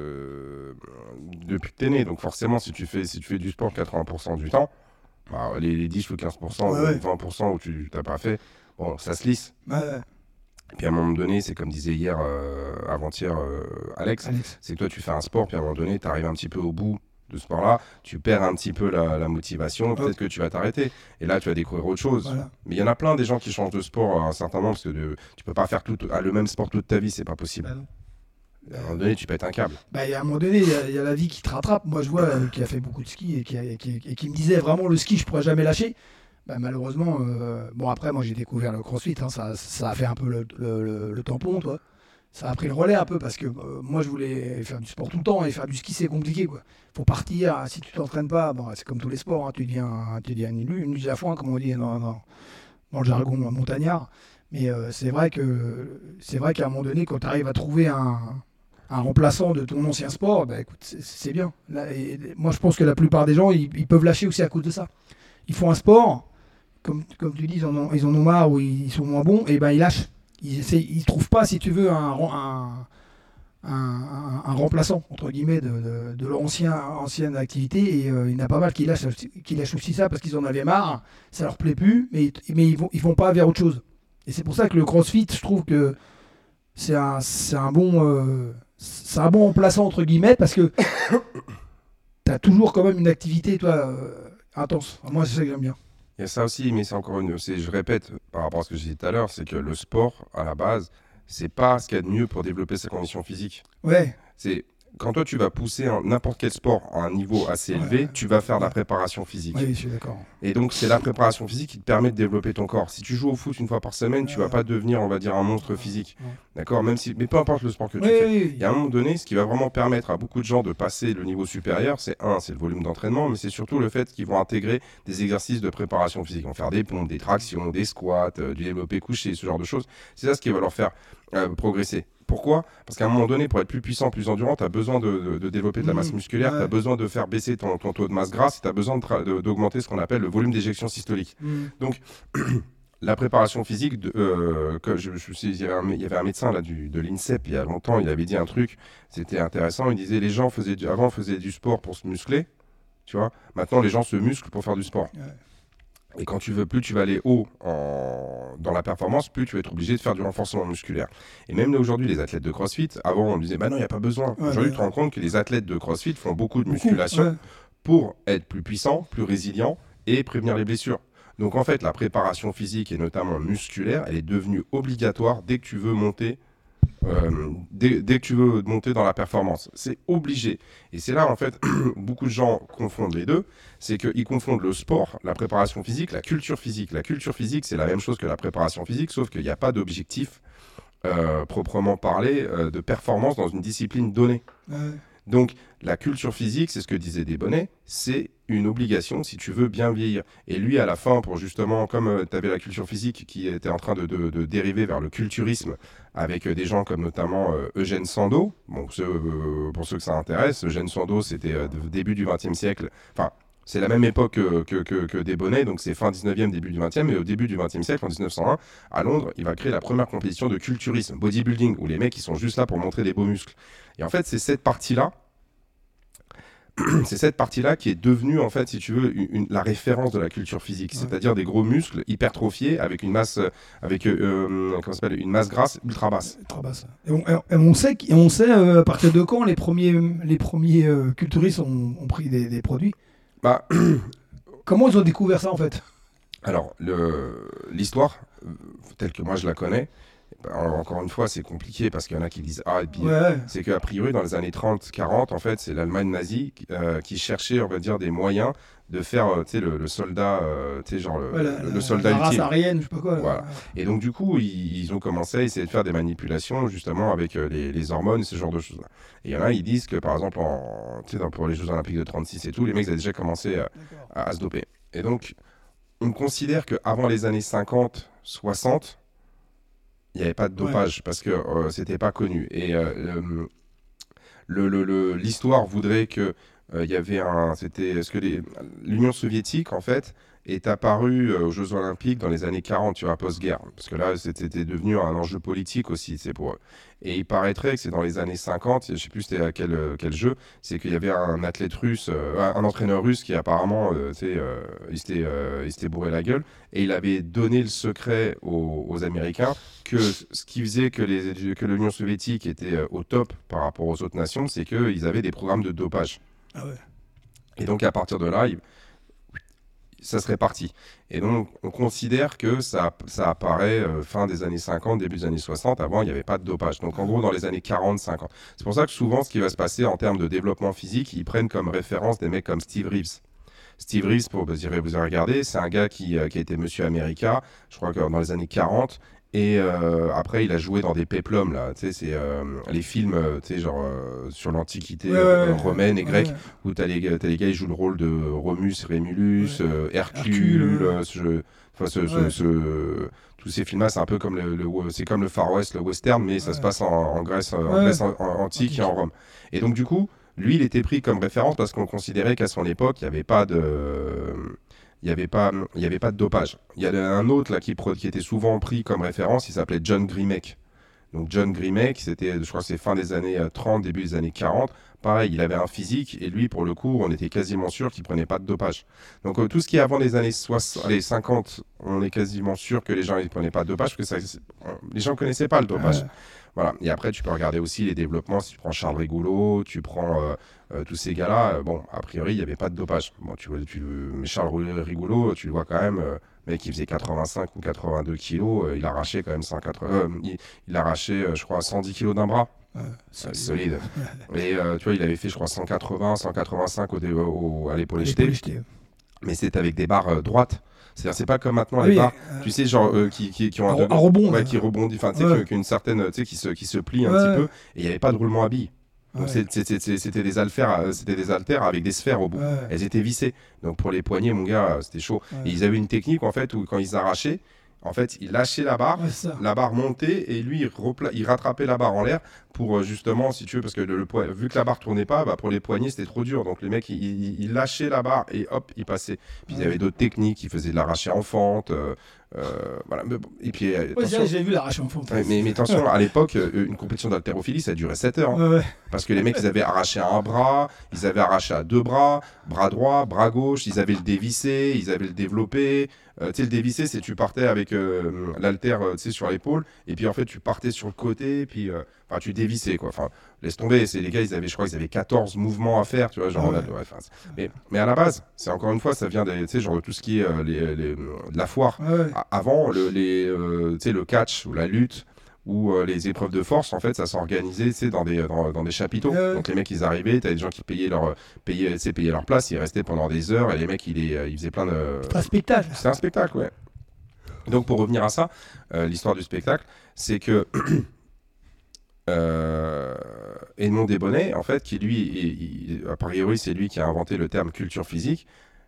de, depuis que t'es né. Donc forcément, si tu fais, si tu fais du sport quatre-vingts pour cent du temps, bah, les, les dix ou quinze pour cent, Ouais, ou ouais. vingt pour cent où tu t'as pas fait, bon, ça se lisse. Ouais, ouais. Et puis à un moment donné, c'est comme disait hier, euh, avant-hier, euh, Alex, Alex. c'est que toi, tu fais un sport, puis à un moment donné, tu arrives un petit peu au bout de ce sport-là, tu perds un petit peu la, la motivation, peut-être que tu vas t'arrêter. Et là, tu vas découvrir autre chose. Voilà. Mais il y en a plein des gens qui changent de sport à un certain moment, parce que de- tu peux pas faire tout, ah, le même sport toute ta vie, c'est pas possible. Bah non. À un moment donné, tu pètes un câble. Bah, il y a un moment donné, il y, a- il y a la vie qui te rattrape. Moi, je vois euh, qui a fait beaucoup de ski et qui, a- qui- et qui me disait vraiment le ski, je pourrais jamais lâcher. Bah, malheureusement, euh, bon, après, moi, j'ai découvert le crossfit. Hein, ça, ça a fait un peu le, le- le- le tampon, toi. Ça a pris le relais un peu parce que euh, moi, je voulais faire du sport tout le temps et faire du ski, c'est compliqué, quoi. Faut partir. Si tu t'entraînes pas, bon, c'est comme tous les sports, hein, tu deviens, tu deviens une, une nuit à foin, comme on dit dans, dans, dans le jargon montagnard. Mais euh, c'est vrai que c'est vrai qu'à un moment donné, quand tu arrives à trouver un, un remplaçant de ton ancien sport, bah, écoute, c'est, c'est bien. Là, et, moi, je pense que la plupart des gens, ils, ils peuvent lâcher aussi à cause de ça. Ils font un sport, comme, comme tu dis, ils en, ont, ils en ont marre ou ils sont moins bons, et ben ils lâchent. Ils ne trouvent pas, si tu veux, un, un, un, un, un remplaçant, entre guillemets, de, de, de leur ancien, ancienne activité. Et euh, il y en a pas mal qui lâchent, qui lâchent aussi ça parce qu'ils en avaient marre, ça leur plaît plus, mais, mais ils ne vont, ils vont pas vers autre chose. Et c'est pour ça que le CrossFit, je trouve que c'est un, c'est un bon... Euh, c'est un bon remplaçant, entre guillemets, parce que tu as toujours quand même une activité, toi, euh, intense. Moi, c'est ça que j'aime bien. Il y a ça aussi, mais c'est encore une. C'est, je répète par rapport à ce que j'ai dit tout à l'heure, c'est que le sport, à la base, c'est pas ce qu'il y a de mieux pour développer sa condition physique. Ouais. C'est quand toi tu vas pousser un, n'importe quel sport à un niveau assez élevé, Ouais. tu vas faire de la préparation physique. Oui, je suis d'accord. Et donc c'est la préparation physique qui te permet de développer ton corps. Si tu joues au foot une fois par semaine, tu vas pas devenir, on va dire, un monstre physique. Ouais. D'accord, même si, mais peu importe le sport que tu Oui, fais. oui, oui. Il y a un moment donné, ce qui va vraiment permettre à beaucoup de gens de passer le niveau supérieur, c'est un, c'est le volume d'entraînement, mais c'est surtout le fait qu'ils vont intégrer des exercices de préparation physique. Ils vont faire des pompes, des tractions, des squats, euh, du développé couché, ce genre de choses. C'est ça ce qui va leur faire euh, progresser. Pourquoi ? Parce qu'à un moment donné, pour être plus puissant, plus endurant, tu as besoin de, de, de développer de la masse musculaire, Ouais. tu as besoin de faire baisser ton, ton taux de masse grasse, tu as besoin de tra- de, d'augmenter ce qu'on appelle le volume d'éjection systolique. Mm. Donc, la préparation physique, de, euh, que je, je, il, y avait un, il y avait un médecin là, du, de l'INSEP il y a longtemps, il avait dit un truc, c'était intéressant, il disait les gens faisaient du, avant faisaient du sport pour se muscler, tu vois, maintenant les gens se musclent pour faire du sport. Ouais. Et quand tu veux, plus tu vas aller haut en... dans la performance, plus tu vas être obligé de faire du renforcement musculaire. Et même là aujourd'hui, les athlètes de CrossFit, avant on disait bah non, il n'y a pas besoin. Ouais, aujourd'hui, ouais. tu te rends compte que les athlètes de CrossFit font beaucoup de Beaucoup, musculation ouais. pour être plus puissants, plus résilients et prévenir les blessures. Donc en fait, la préparation physique et notamment musculaire, elle est devenue obligatoire dès que tu veux monter. Euh, dès, dès que tu veux monter dans la performance, c'est obligé. Et c'est là en fait beaucoup de gens confondent les deux, c'est qu'ils confondent le sport, la préparation physique, la culture physique. La culture physique, c'est la même chose que la préparation physique, sauf qu'il n'y a pas d'objectif euh, proprement parlé euh, de performance dans une discipline donnée. Ouais. Donc la culture physique, c'est ce que disait Desbonnets, c'est une obligation si tu veux bien vieillir. Et lui, à la fin, pour justement, comme euh, tu avais la culture physique qui était en train de, de, de dériver vers le culturisme, avec euh, des gens comme notamment euh, Eugène Sandow, bon, ceux, euh, pour ceux que ça intéresse, Eugène Sandow, c'était euh, début du vingtième siècle, enfin, c'est la même époque que, que, que, que Desbonnets, donc c'est fin dix-neuvième, début du vingtième, et au début du vingtième siècle, en dix-neuf cent un, à Londres, il va créer la première compétition de culturisme, bodybuilding, où les mecs, ils sont juste là pour montrer des beaux muscles. Et en fait, c'est cette partie-là, c'est cette partie-là qui est devenue, en fait, si tu veux, une, une, la référence de la culture physique, ouais. C'est-à-dire des gros muscles hypertrophiés avec une masse, avec euh, comment ça s'appelle, une masse grasse ultra basse. Ultra basse. Et on, et on sait, et on sait euh, à partir de quand les premiers, les premiers euh, culturistes ont, ont pris des, des produits. Bah, comment ils ont découvert ça en fait? Alors, le, l'histoire, euh, telle que moi je la connais. Alors, encore une fois, c'est compliqué parce qu'il y en a qui disent ah, et puis ouais. c'est qu'a priori, dans les années trente quarante, en fait, c'est l'Allemagne nazie euh, qui cherchait, on va dire, des moyens de faire euh, le, le soldat, euh, genre le, ouais, la, le, la, le soldat la race ultime. aryenne, je sais pas quoi. Voilà. Là. Et donc, du coup, ils, ils ont commencé à essayer de faire des manipulations justement avec euh, les, les hormones et ce genre de choses-là. Et il y en a, ils disent que par exemple, en, dans, pour les Jeux Olympiques de trente-six et tout, les mecs avaient déjà commencé à, à, à se doper. Et donc, on considère qu'avant les années cinquante soixante, il n'y avait pas de dopage ouais. parce que euh, c'était pas connu. Et euh, le, le, le, l'histoire voudrait que il euh, y avait un, c'était ce que les, l'Union soviétique en fait est apparue euh, aux Jeux Olympiques dans les années quarante, tu vois, post-guerre, parce que là c'était devenu un enjeu politique aussi, c'est pour eux. Et il paraîtrait que c'est dans les années cinquante, je sais plus c'était à quel quel jeu, c'est qu'il y avait un athlète russe, euh, un entraîneur russe qui apparemment, euh, tu sais, euh, il s'était euh, il s'était bourré la gueule et il avait donné le secret aux, aux Américains que ce qui faisait que les que l'Union soviétique était au top par rapport aux autres nations, c'est qu'ils avaient des programmes de dopage. Ah ouais. Et donc à partir de là, il, ça serait parti. Et donc on considère que ça, ça apparaît euh, fin des années cinquante, début des années soixante. Avant, il n'y avait pas de dopage. Donc en gros, dans les années quarante cinquante. C'est pour ça que souvent, ce qui va se passer en termes de développement physique, ils prennent comme référence des mecs comme Steve Reeves. Steve Reeves, pour vous avez regardé, c'est un gars qui, euh, qui a été Monsieur America, je crois que dans les années quarante. Et euh, après, il a joué dans des péplums, là. Tu sais, c'est euh, les films, euh, tu sais, genre euh, sur l'Antiquité Ouais, euh, ouais, romaine et ouais, grecque, ouais. où t'as les, t'as les gars, ils jouent le rôle de Romus, Rémulus, Ouais. euh, Hercule, Hercule, ouais. euh, ce, jeu- enfin, ce, ce- Ouais. ce- tous ces films-là, c'est un peu comme le, le- c'est comme le Far West, le western, mais ça Ouais. se passe en, en Grèce, en Ouais. Grèce en- en- antique et en Rome. Et donc, du coup, lui, il était pris comme référence parce qu'on considérait qu'à son époque, il n'y avait pas de il n'y avait pas, il y avait pas de dopage. Il y a un autre là qui, pro- qui était souvent pris comme référence, il s'appelait John Grimek. Donc John Grimek, c'était, je crois que c'est fin des années euh, trente, début des années quarante. Pareil, il avait un physique et lui, pour le coup, on était quasiment sûr qu'il prenait pas de dopage. Donc euh, tout ce qui est avant les années soixante, allez, cinquante, on est quasiment sûr que les gens ne prenaient pas de dopage parce que ça, les gens connaissaient pas le dopage. Ouais. Voilà. Et après, tu peux regarder aussi les développements. Si tu prends Charles Rigoulot, tu prends euh, euh, tous ces gars-là. euh, bon, a priori, il n'y avait pas de dopage. Bon, tu, vois, tu, mais Charles Rigoulot, tu le vois quand même. Euh, mec, il faisait quatre-vingt-cinq ou quatre-vingt-deux kilos. Euh, il arrachait quand même cent quatre-vingts. Euh, il, il arrachait, euh, je crois, cent dix kilos d'un bras. Ouais, Euh, solide. Et euh, tu vois, il avait fait, je crois, cent quatre-vingts, cent quatre-vingt-cinq au, dé- au, à l'épaule Les jetée. poules jetées. Mais c'était avec des barres euh, droites. C'est-à-dire, c'est pas comme maintenant Ah les oui, barres, euh, tu sais, genre, euh, qui, qui, qui ont un, un, ro- degré- un rebond. ouais, là. qui rebondit, enfin, tu sais, Ouais. que- qu'une certaine, tu sais, qui se, qui se plie un Ouais. petit peu, et il n'y avait pas de roulement à billes. Donc Ouais. c'est- c'est- c'est- c'était des haltères, euh, c'était des haltères avec des sphères au bout. Ouais. Elles étaient vissées. Donc pour les poignets, mon gars, euh, c'était chaud. Ouais. Et ils avaient une technique en fait où quand ils arrachaient, en fait, ils lâchaient la barre, Ouais, c'est ça. la barre montait et lui il, repla- il rattrapait la barre en l'air pour euh, justement, si tu veux, parce que le, le poi- vu que la barre tournait pas, bah, pour les poignets c'était trop dur. Donc les mecs ils, ils- ils lâchaient la barre et hop, ils passaient. Puis il y Ouais. avait d'autres techniques, ils faisaient de l'arraché en fente. euh, euh, voilà. Mais bon, et puis euh, Ouais, attention, j'ai j'ai vu l'arraché en fond. Ouais, mais, mais attention, à l'époque, euh, une compétition d'haltérophilie, ça durait sept heures. hein. Ouais, ouais. Parce que les mecs, ils avaient arraché à un bras, ils avaient arraché à deux bras, bras droit, bras gauche, ils avaient le dévissé, ils avaient le développé. Euh, tu sais, le dévissé, c'est tu partais avec euh, l'haltère euh, tu sais, sur l'épaule, et puis en fait, tu partais sur le côté, puis euh, enfin, tu dévissais, quoi. Enfin, laisse tomber, c'est les gars, ils avaient, je crois qu'ils avaient quatorze mouvements à faire, tu vois, genre, Ouais. là, ouais, enfin, c'est- mais, mais à la base, c'est encore une fois, ça vient des, tu sais, genre, tout ce qui est euh, les, les- de la foire. Ouais, ouais. A- Avant, le, les, euh, tu sais, le catch ou la lutte ou euh, les épreuves de force, en fait, ça s'organisait tu sais, dans des, dans, dans des chapiteaux. Ouais, ouais. Donc les mecs, ils arrivaient, t'avais des gens qui payaient leur, payaient, tu sais, payaient leur place, ils restaient pendant des heures et les mecs, ils, les, euh, ils faisaient plein de... C'est un spectacle. C'est un spectacle, ouais. Donc pour revenir à ça, euh, l'histoire du spectacle, c'est que euh, Edmond Desbonnets, en fait, qui lui, il- il- a priori, c'est lui qui a inventé le terme culture physique.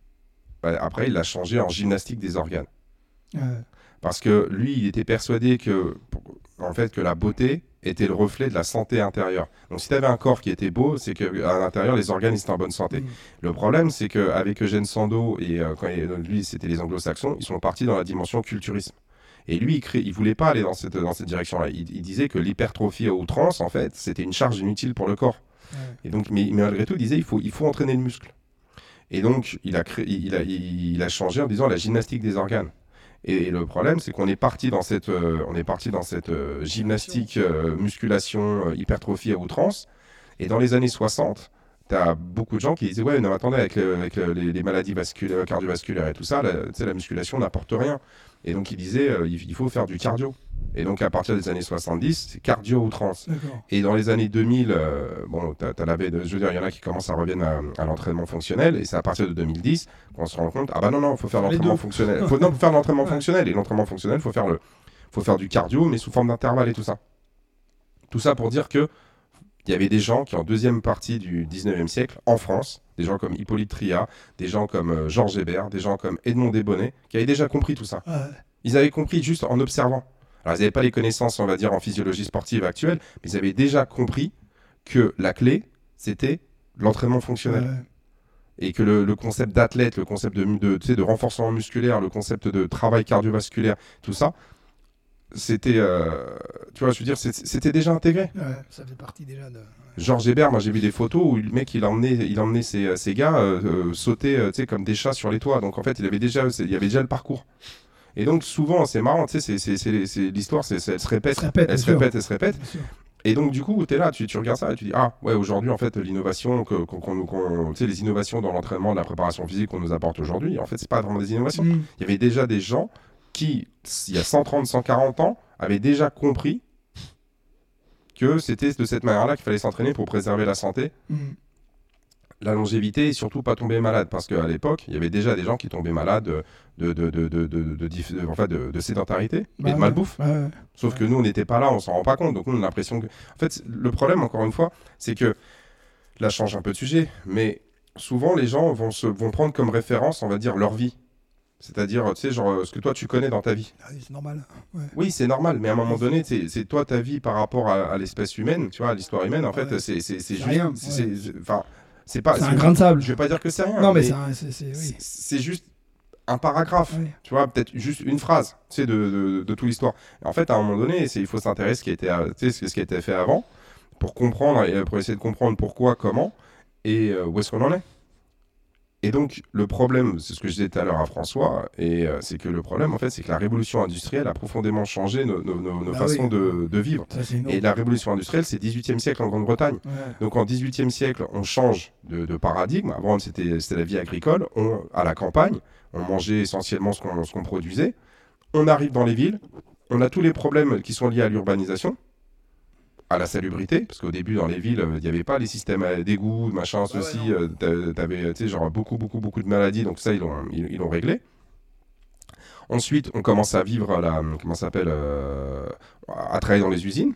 Bah, après, il l'a changé en gymnastique des organes. Ouais. Parce que lui, il était persuadé que, en fait, que la beauté était le reflet de la santé intérieure. Donc si tu avais un corps qui était beau, c'est qu'à l'intérieur, les organes ils étaient en bonne santé. Mm. Le problème, c'est qu'avec Eugène Sandow, et euh, quand il- lui, c'était les anglo-saxons, ils sont partis dans la dimension culturisme. Et lui, il, crée, il voulait pas aller dans cette, dans cette direction-là. Il, il disait que l'hypertrophie à outrance, en fait, c'était une charge inutile pour le corps. Ouais. Et donc, mais, mais malgré tout, il disait il faut, il faut entraîner le muscle. Et donc, il a, créé, il, a, il, il a changé en disant la gymnastique des organes. Et, et le problème, c'est qu'on est parti dans cette, euh, on est parti dans cette euh, gymnastique, euh, musculation, euh, hypertrophie à outrance. Et dans les années soixante, tu as beaucoup de gens qui disaient ouais, non, attendez, avec, le- avec le- les, les maladies vasculaires, cardiovasculaires et tout ça, la, tu sais, la musculation n'apporte rien. Et donc, ils disaient euh, il, il faut faire du cardio. Et donc, à partir des années soixante-dix, c'est cardio à outrance. D'accord. Et dans les années deux mille, euh, bon, t'as, t'as la baie de- je veux dire, il y en a qui commencent à revenir à, à l'entraînement fonctionnel, et c'est à partir de deux mille dix qu'on se rend compte, ah bah non, non, il faut faire Les l'entraînement deux. fonctionnel. Faut, non, faut faire l'entraînement Ouais. fonctionnel, et l'entraînement fonctionnel, il faut faire le, faut faire du cardio, mais sous forme d'intervalle et tout ça. Tout ça pour dire que il y avait des gens qui, en deuxième partie du dix-neuvième siècle, en France, des gens comme Hippolyte Tria, des gens comme euh, Georges Hébert, des gens comme Edmond Desbonnets, qui avaient déjà compris tout ça. Ouais. Ils avaient compris juste en observant. Alors, ils n'avaient pas les connaissances, on va dire, en physiologie sportive actuelle, mais ils avaient déjà compris que la clé, c'était l'entraînement fonctionnel. Ouais. Et que le, le concept d'athlète, le concept de, de, tu sais, de renforcement musculaire, le concept de travail cardiovasculaire, tout ça, c'était, euh, tu vois, je veux dire, c'est- c'était déjà intégré. Ouais, ça fait partie déjà de. Georges Hébert, moi j'ai vu des photos où le mec il emmenait, il emmenait ses, ses gars euh, euh, sauter euh, tu sais, comme des chats sur les toits. Donc en fait, il avait déjà, c'est- il y avait déjà le parcours. Et donc souvent, c'est marrant, tu sais, c'est- c'est- c'est- c'est- l'histoire, c'est- c'est- elle se répète, Elle se répète, elle se bien sûr. répète, elle se répète. Bien sûr. Et donc du coup, tu es là, tu, tu regardes ça et tu dis ah ouais, aujourd'hui en fait l'innovation, que, qu'on, qu'on, qu'on- tu sais, les innovations dans l'entraînement, de la préparation physique qu'on nous apporte aujourd'hui, en fait c'est pas vraiment des innovations. Mm. Il y avait déjà des gens qui, il y a cent trente, cent quarante ans, avaient déjà compris que c'était de cette manière-là qu'il fallait s'entraîner pour préserver la santé Mm. la longévité et surtout pas tomber malade. Parce qu'à l'époque, il y avait déjà des gens qui tombaient malades de, de, de, de, de, de, de, de, enfin de, de sédentarité Bah et de ouais. malbouffe. Ouais, ouais. Sauf Ouais. que nous, on n'était pas là, on s'en rend pas compte. Donc nous, on a l'impression que... En fait, le problème, encore une fois, c'est que... Là, je change un peu de sujet, mais souvent, les gens vont, se, vont prendre comme référence, on va dire, leur vie. C'est-à-dire, tu sais, genre, ce que toi, tu connais dans ta vie. Ah oui, c'est normal. Ouais. Oui, c'est normal, mais à un moment donné, c'est c'est toi, ta vie par rapport à, à l'espèce humaine, tu vois, à l'histoire humaine, en fait, Ouais. c'est c'est- c'est C'est juste... rien, c'est- ouais. c'est- Enfin, c'est pas... C'est un grain de sable. Je vais pas dire que c'est rien, Non, mais, mais c'est un- c'est. c'est- c'est Oui. c'est juste un paragraphe. Ouais. Tu vois, peut-être juste une phrase, tu sais, de, de, de toute l'histoire. Et en fait, à un moment donné, c'est- il faut s'intéresser ce qui a été, euh, tu sais, ce qui a été fait avant, pour comprendre, et pour essayer de comprendre pourquoi, comment, et euh, où est-ce qu'on en est. Et donc, le problème, c'est ce que je disais tout à l'heure à François, et euh, c'est que le problème, en fait, c'est que la révolution industrielle a profondément changé nos, nos, nos, nos Bah façons oui. de, de vivre. Ça, c'est énorme. Et la révolution industrielle, c'est dix-huitième siècle en Grande-Bretagne. Ouais. Donc en dix-huitième siècle, on change de, de paradigme. Avant, c'était c'était la vie agricole. On, à la campagne, on mangeait essentiellement ce qu'on ce qu'on produisait. On arrive dans les villes. On a tous les problèmes qui sont liés à l'urbanisation, à la salubrité, parce qu'au début, dans les villes, il n'y avait pas les systèmes à- d'égout, machin, ouais, ceci. non. euh, t'a- T'avais, tu sais, genre beaucoup, beaucoup, beaucoup de maladies. Donc ça, ils l'ont ils, ils l'ont réglé. Ensuite, on commence à vivre à la, comment ça s'appelle, euh, à travailler dans les usines.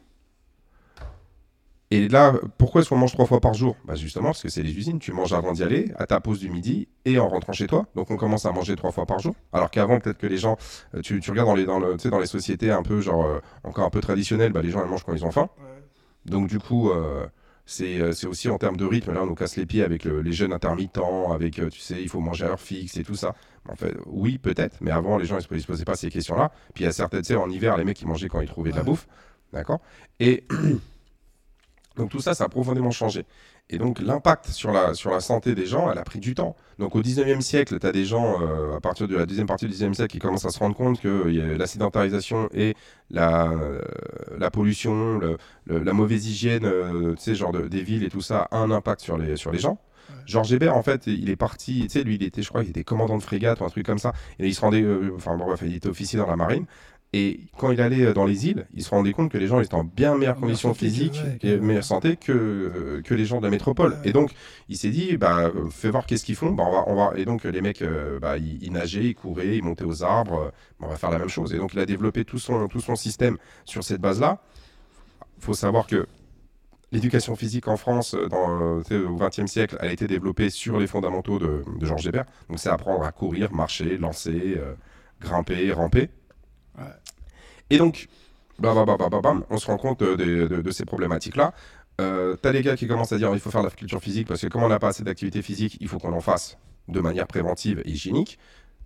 Et là, pourquoi est-ce qu'on mange trois fois par jour? Bah justement, parce que c'est les usines. Tu manges avant d'y aller, à ta pause du midi et en rentrant chez toi. Donc on commence à manger trois fois par jour. Alors qu'avant, peut-être que les gens, euh, tu, tu regardes dans les, dans, le, tu sais, dans les sociétés un peu, genre, euh, encore un peu traditionnelles, bah, les gens, ils mangent quand ils ont faim. Ouais. Donc du coup, euh, c'est euh, c'est aussi en termes de rythme. Là, on nous casse les pieds avec le- les jeûnes intermittents, avec, euh, tu sais, il faut manger à heure fixe et tout ça. En fait, oui, peut-être, mais avant, les gens, ils ne se posaient pas ces questions-là. Puis il y a certaines, tu sais, en hiver, les mecs, ils mangeaient quand ils trouvaient de la Ouais. bouffe. D'accord? Et donc tout ça, ça a profondément changé. Et donc l'impact sur la, sur la santé des gens, elle a pris du temps. Donc au dix-neuvième siècle, tu as des gens, euh, à partir de la deuxième partie du dix-neuvième siècle, qui commencent à se rendre compte que y a la sédentarisation et la, euh, la pollution, le- le- la mauvaise hygiène, euh, tu sais, genre de- des villes et tout ça, a un impact sur les, sur les gens. Ouais. Georges Hébert, en fait, il est parti, tu sais, lui, il était, je crois, il était commandant de frégate ou un truc comme ça. Et il se rendait, euh, enfin, bon, bref, il était officier dans la marine. Et quand il allait euh, dans les îles, il se rendait compte que les gens étaient en bien meilleures En conditions meilleure santé que- physiques ouais, et que- meilleure santé que, euh, que les gens de la métropole. Ouais. Et donc, il s'est dit, bah, euh, fais voir qu'est-ce qu'ils font. Bah, on va, on va... Et donc, les mecs, euh, bah, ils, ils nageaient, ils couraient, ils montaient aux arbres. euh, bah, on va faire la même chose. Et donc, il a développé tout son, tout son système sur cette base-là. Il faut savoir que l'éducation physique en France, euh, dans, euh, tu sais, au vingtième siècle, elle a été développée sur les fondamentaux de, de Georges Hébert. Donc, c'est apprendre à courir, marcher, lancer, euh, grimper, ramper. Ouais. Et donc, bah, bah, bah, bah, bah, bam, on se rend compte de, de- de- de ces problématiques-là. Euh, T'as les gars qui commencent à dire il faut faire de la culture physique parce que comme on n'a pas assez d'activité physique, il faut qu'on en fasse de manière préventive et hygiénique.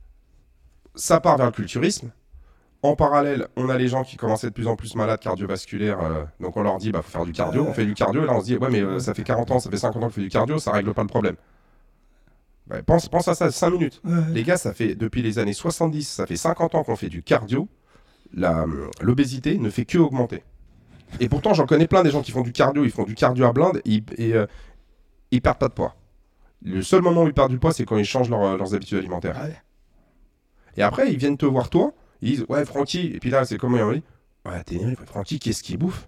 Ça part vers le culturisme. En parallèle, on a les gens qui commencent à être de plus en plus malades cardiovasculaires. euh, donc on leur dit bah faut faire du cardio. Ouais. On fait du cardio et là on se dit ouais mais euh, ça fait quarante ans, ça fait cinquante ans qu'on fait du cardio, ça règle pas le problème. Bah, pense, pense à ça, cinq minutes. Ouais. Les gars, ça fait depuis les années soixante-dix, ça fait cinquante ans qu'on fait du cardio. La- L'obésité ne fait que augmenter. Et pourtant, j'en connais plein des gens qui font du cardio, ils font du cardio à blinde et, ils- et euh, ils perdent pas de poids. Le seul moment où ils perdent du poids, c'est quand ils changent leur- leurs habitudes alimentaires. Ouais. Et après, ils viennent te voir toi, ils disent ouais Francky, et puis là c'est comment il dit ouais t'es énervé, Francky, qu'est-ce qu'il bouffe?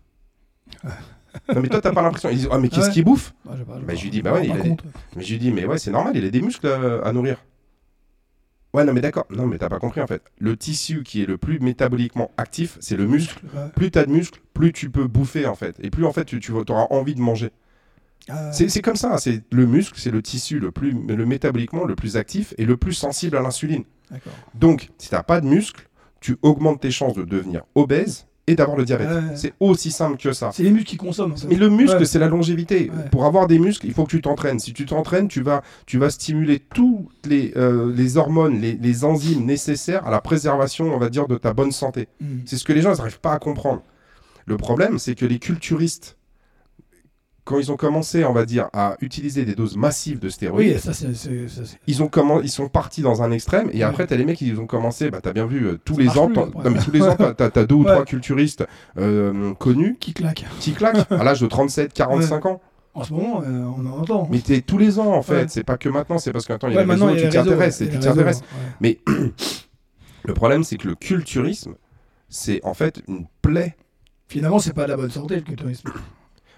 Non mais toi t'as pas l'impression, ils disent ah mais qu'est-ce Ouais. qu'il bouffe? Ouais, j'ai pas- Bah, je lui me dis, bah rends ouais, pas il a des- compte. Mais je lui dis, mais ouais, c'est normal, il a des muscles euh, à nourrir. Ouais, non, mais d'accord. Non, mais t'as pas compris en fait. Le tissu qui est le plus métaboliquement actif, c'est le muscle. Ouais. Plus t'as de muscles, plus tu peux bouffer en fait. Et plus en fait, tu, tu auras envie de manger. Ah, C'est c'est comme ça. C'est le muscle, c'est le tissu le plus, le métaboliquement le plus actif et le plus sensible à l'insuline. D'accord. Donc, si t'as pas de muscles, tu augmentes tes chances de devenir obèse et d'avoir le diabète. Ouais. C'est aussi simple que ça. C'est les muscles qui consomment. en fait. Mais le muscle, Ouais. c'est la longévité. Ouais. Pour avoir des muscles, il faut que tu t'entraînes. Si tu t'entraînes, tu vas, tu vas stimuler toutes les, euh, les hormones, les, les enzymes nécessaires à la préservation, on va dire, de ta bonne santé. Mm. C'est ce que les gens n'arrivent pas à comprendre. Le problème, c'est que les culturistes, quand ils ont commencé, on va dire, à utiliser des doses massives de stéroïdes, Oui, ça c'est. c'est- ça, c'est- ils, ont commen- ils sont partis dans un extrême et Ouais. après t'as les mecs ils ont commencé, bah t'as bien vu euh, tous Ça les marche ans, plus, t'en- après. non, mais tous les ans t'as- t'as t'as deux ou Ouais. trois culturistes euh, connus Qui claque. qui claquent à l'âge de trente-sept, quarante-cinq ans. En ce moment, euh, on en entend. Mais t'es tous les ans en fait, Ouais. c'est pas que maintenant, c'est parce que maintenant il y Ouais, a les maintenant, réseaux, il y a tu les réseaux, t'intéresses ouais, et il y tu a les réseaux, t'intéresses. ouais. Mais le problème c'est que le culturisme, c'est en fait une plaie. Finalement, c'est pas de la bonne santé le culturisme.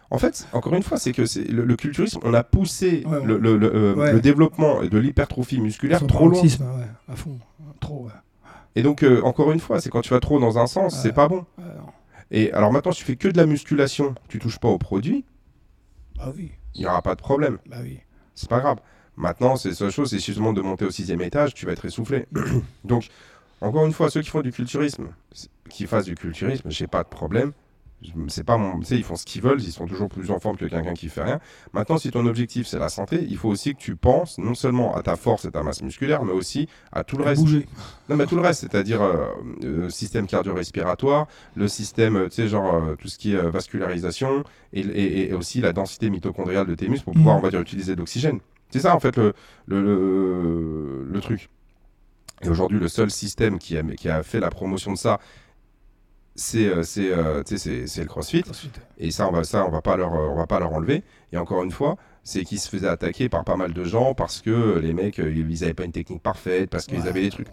En fait, encore une fois, c'est que c'est le, le culturisme, on a poussé Ouais, ouais. le, le, le, euh, Ouais. le développement de l'hypertrophie musculaire Son trop loin. paroxysme, ouais, à fond. Trop, ouais. Et donc, euh, encore une fois, c'est quand tu vas trop dans un sens, Ouais. c'est pas bon. Ouais, non. Et alors maintenant, si tu fais que de la musculation, tu touches pas aux produits, Bah oui, il n'y aura pas de problème. bah oui. C'est pas grave. Maintenant, c'est la seule chose, c'est justement de monter au sixième étage, tu vas être essoufflé. Donc, encore une fois, ceux qui font du culturisme, c'est- qui fassent du culturisme, j'ai pas de problème. Je- C'est pas mon, tu sais, ils font ce qu'ils veulent, ils sont toujours plus en forme que quelqu'un qui fait rien. Maintenant, si ton objectif c'est la santé, il faut aussi que tu penses non seulement à ta force et ta masse musculaire, mais aussi à tout le reste. Bouger. Non, mais tout le reste, c'est-à-dire euh, le système cardio-respiratoire, le système, euh, tu sais, genre euh, tout ce qui est euh, vascularisation et, et- et aussi la densité mitochondriale de tes muscles pour pouvoir, Mhm. on va dire, utiliser de l'oxygène. C'est ça, en fait, le, le, le, le truc. Et aujourd'hui, le seul système qui a, qui a fait la promotion de ça, c'est euh, c'est, euh, tu sais, c'est- c'est le CrossFit. Ensuite, Et ça, on va, ça, on va pas leur, euh, on va pas leur enlever. Et encore une fois, c'est qu'ils se faisaient attaquer par pas mal de gens parce que les mecs, euh, ils avaient pas une technique parfaite, parce qu'ils ouais, avaient des trucs.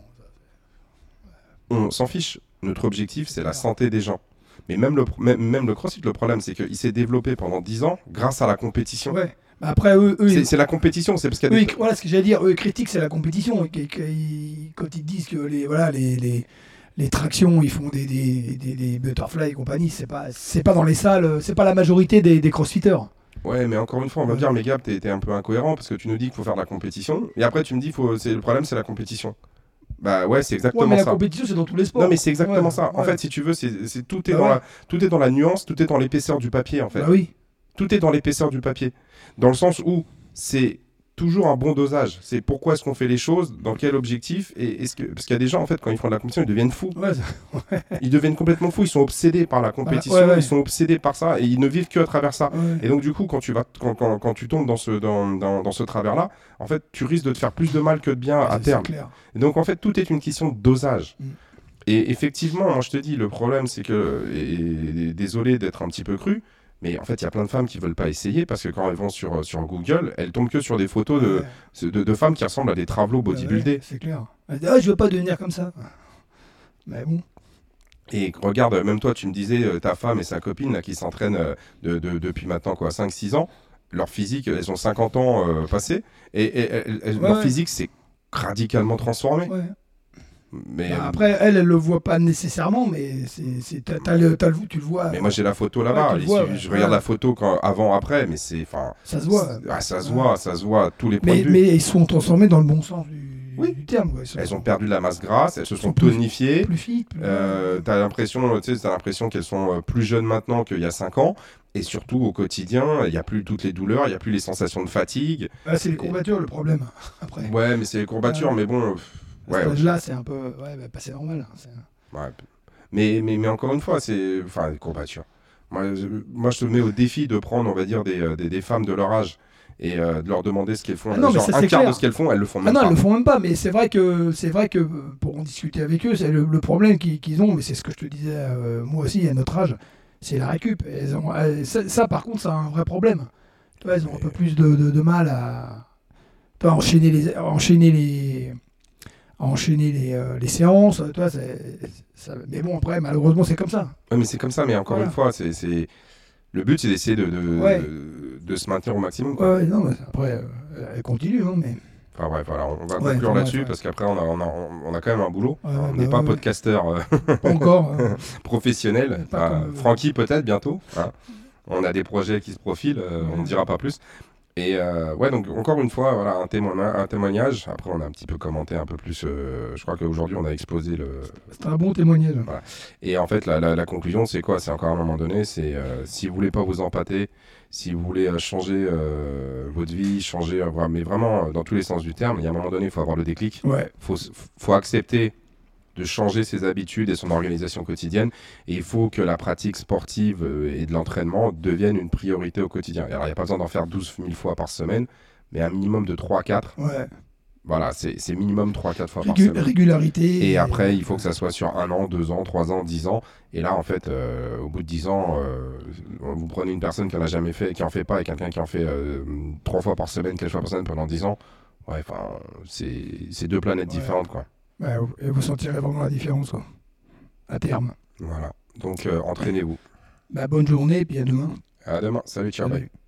On s'en fiche. Notre objectif, c'est la santé des gens. Mais même le, pro- même, même le CrossFit, le problème, c'est qu'il s'est développé pendant dix ans grâce à la compétition. Ouais. Bah après, eux, eux, C'est ils- c'est la compétition, c'est parce qu'il y a eux, des... ils- voilà ce que j'allais dire. Eux, ils critiquent, c'est la compétition. Et que- que- ils- quand ils disent que les, voilà, les, les, les tractions, ils font des, des, des, des butterfly et compagnie, c'est pas, c'est pas dans les salles, c'est pas la majorité des, des crossfitters. Ouais, mais encore une fois, on va me Ouais. dire, mais Gab, t'es t'es un peu incohérent parce que tu nous dis qu'il faut faire de la compétition. Et après, tu me dis, faut... c'est le problème, c'est la compétition. Bah ouais, c'est exactement Ouais, mais la ça. compétition, c'est dans tous les sports. Non, mais c'est exactement Ouais, ça. En ouais. fait, si tu veux, c'est c'est- tout, est Bah dans ouais. la, tout est dans la nuance, tout est dans l'épaisseur du papier, en fait. Bah oui. Tout est dans l'épaisseur du papier. Dans le sens où c'est toujours un bon dosage. C'est pourquoi est-ce qu'on fait les choses, dans quel objectif, et est-ce que... parce qu'il y a des gens, en fait, quand ils font de la compétition, ils deviennent fous. Ouais, c'est- Ils deviennent complètement fous, ils sont obsédés par la compétition, Ouais, ouais. ils sont obsédés par ça, et ils ne vivent que à travers ça. ouais. Et donc du coup, quand tu vas, quand, quand, quand tu tombes dans ce, dans, dans, dans ce travers-là, en fait, tu risques de te faire plus de mal que de bien à C'est- terme. C'est clair. Et donc en fait, tout est une question de dosage. Mm. Et effectivement, moi je te dis, le problème c'est que, et, et désolé d'être un petit peu cru, mais en fait, il y a plein de femmes qui veulent pas essayer parce que quand elles vont sur, sur Google, elles tombent que sur des photos de, Ouais, de, de femmes qui ressemblent à des travelots bodybuildés. ouais, c'est clair. Elle dit, ah, je veux pas devenir comme ça. Mais bon. Et regarde, même toi, tu me disais, euh, ta femme et sa copine là, qui s'entraînent euh, de, de- depuis maintenant quoi, cinq six ans, leur physique, elles ont cinquante ans euh, passés, et, et- elles- elles- Ouais, leur ouais. physique s'est radicalement transformé. Ouais. Mais, Bah, euh, après, elle, elle le voit pas nécessairement, mais c'est, c'est, t'as, t'as le, t'as le, tu le vois. mais moi j'ai la photo là-bas, Ouais, tu le Il vois, suffit- ouais. je regarde Ouais. la photo quand, avant, après, mais c'est... enfin, Ça se voit. c'est- ah, ça se Ouais. voit, ça se voit à tous les points Mais, de vue. mais ils sont transformés dans le bon sens du, Oui. du terme. Quoi. Ils sont- Elles ont perdu de la masse grasse, elles se sont sont plus- tonifiées. plus fit. Plus... Euh, t'as l'impression, tu sais, t'as l'impression qu'elles sont euh, plus jeunes maintenant qu'il y a cinq ans, et surtout au quotidien, il n'y a plus toutes les douleurs, il n'y a plus les sensations de fatigue. Ah, c'est les courbatures le problème. Après, Ouais, mais c'est les courbatures, Ouais. mais bon, pff, à ouais, cet âge-là, c'est un peu. Ouais, bah, bah, c'est normal. C'est... ouais. Mais, mais, mais encore une fois, c'est, enfin, les courbatures. Moi je, moi, je te mets au défi de prendre, on va dire, des, euh, des, des femmes de leur âge et euh, de leur demander ce qu'elles font. Ah non, mais Genre ça, un c'est quart clair. de ce qu'elles font, elles le font Ah même non, pas. ils le font même pas, mais c'est vrai que c'est vrai que pour en discuter avec eux, c'est le, le problème qu'ils, qu'ils ont, mais c'est ce que je te disais euh, moi aussi à notre âge, c'est la récup. Elles ont, elles- ça, ça, par contre, c'est un vrai problème. Tu vois, elles ont un peu plus de, de, de mal à, tu vois, enchaîner les à enchaîner les à enchaîner les, euh, les séances. Tu vois, c'est, ça, mais bon après malheureusement c'est comme ça. Ouais, mais c'est comme ça, mais encore Voilà. une fois, c'est, c'est... le but, c'est d'essayer de, de, Ouais. de, de se maintenir au maximum. Quoi. Ouais, non, mais après euh, elle continue, hein, mais Enfin bref, voilà, on va Ouais, conclure enfin, là-dessus bref, ouais. parce qu'après, on a, on, a, on a quand même un boulot. Ouais, on ouais, n'est bah, pas ouais, podcasteur euh, pas encore. euh, professionnel. Pas Enfin, comme- Francky, peut-être bientôt. hein. On a des projets qui se profilent, euh, on ne Ouais. dira pas plus. Et euh, ouais, donc encore une fois, voilà, un, témoignage, un témoignage. Après, on a un petit peu commenté un peu plus. euh, je crois qu'aujourd'hui, on a explosé le. c'est un bon témoignage. Et en fait, la, la, la conclusion, c'est quoi? C'est encore à un moment donné, c'est euh, si vous voulez pas vous empâter, si vous voulez euh, changer euh, votre vie, changer, euh, voilà, mais vraiment euh, dans tous les sens du terme, il y a un moment donné, il faut avoir le déclic. Ouais. Faut, s- faut accepter de changer ses habitudes et son organisation quotidienne. Et il faut que la pratique sportive euh, et de l'entraînement devienne une priorité au quotidien. Alors, il n'y a pas besoin d'en faire douze mille fois par semaine, mais un minimum de trois à quatre. Ouais. Voilà, c'est c'est minimum trois à quatre fois par Régu- semaine. régularité. Et après, il faut que ça soit sur un an, deux ans, trois ans, dix ans. Et là, en fait, euh, au bout de dix ans, euh, vous prenez une personne qui en a jamais fait, qui en fait pas, et quelqu'un qui en fait euh, trois fois par semaine, quatre fois par semaine pendant dix ans. Ouais, enfin, c'est c'est deux planètes Ouais. différentes, quoi. Ouais, et vous sentirez vraiment la différence, quoi, à terme. Voilà. Donc, euh, entraînez-vous. Bah, bonne journée et puis à demain. À demain. Salut, ciao, bye. Salut.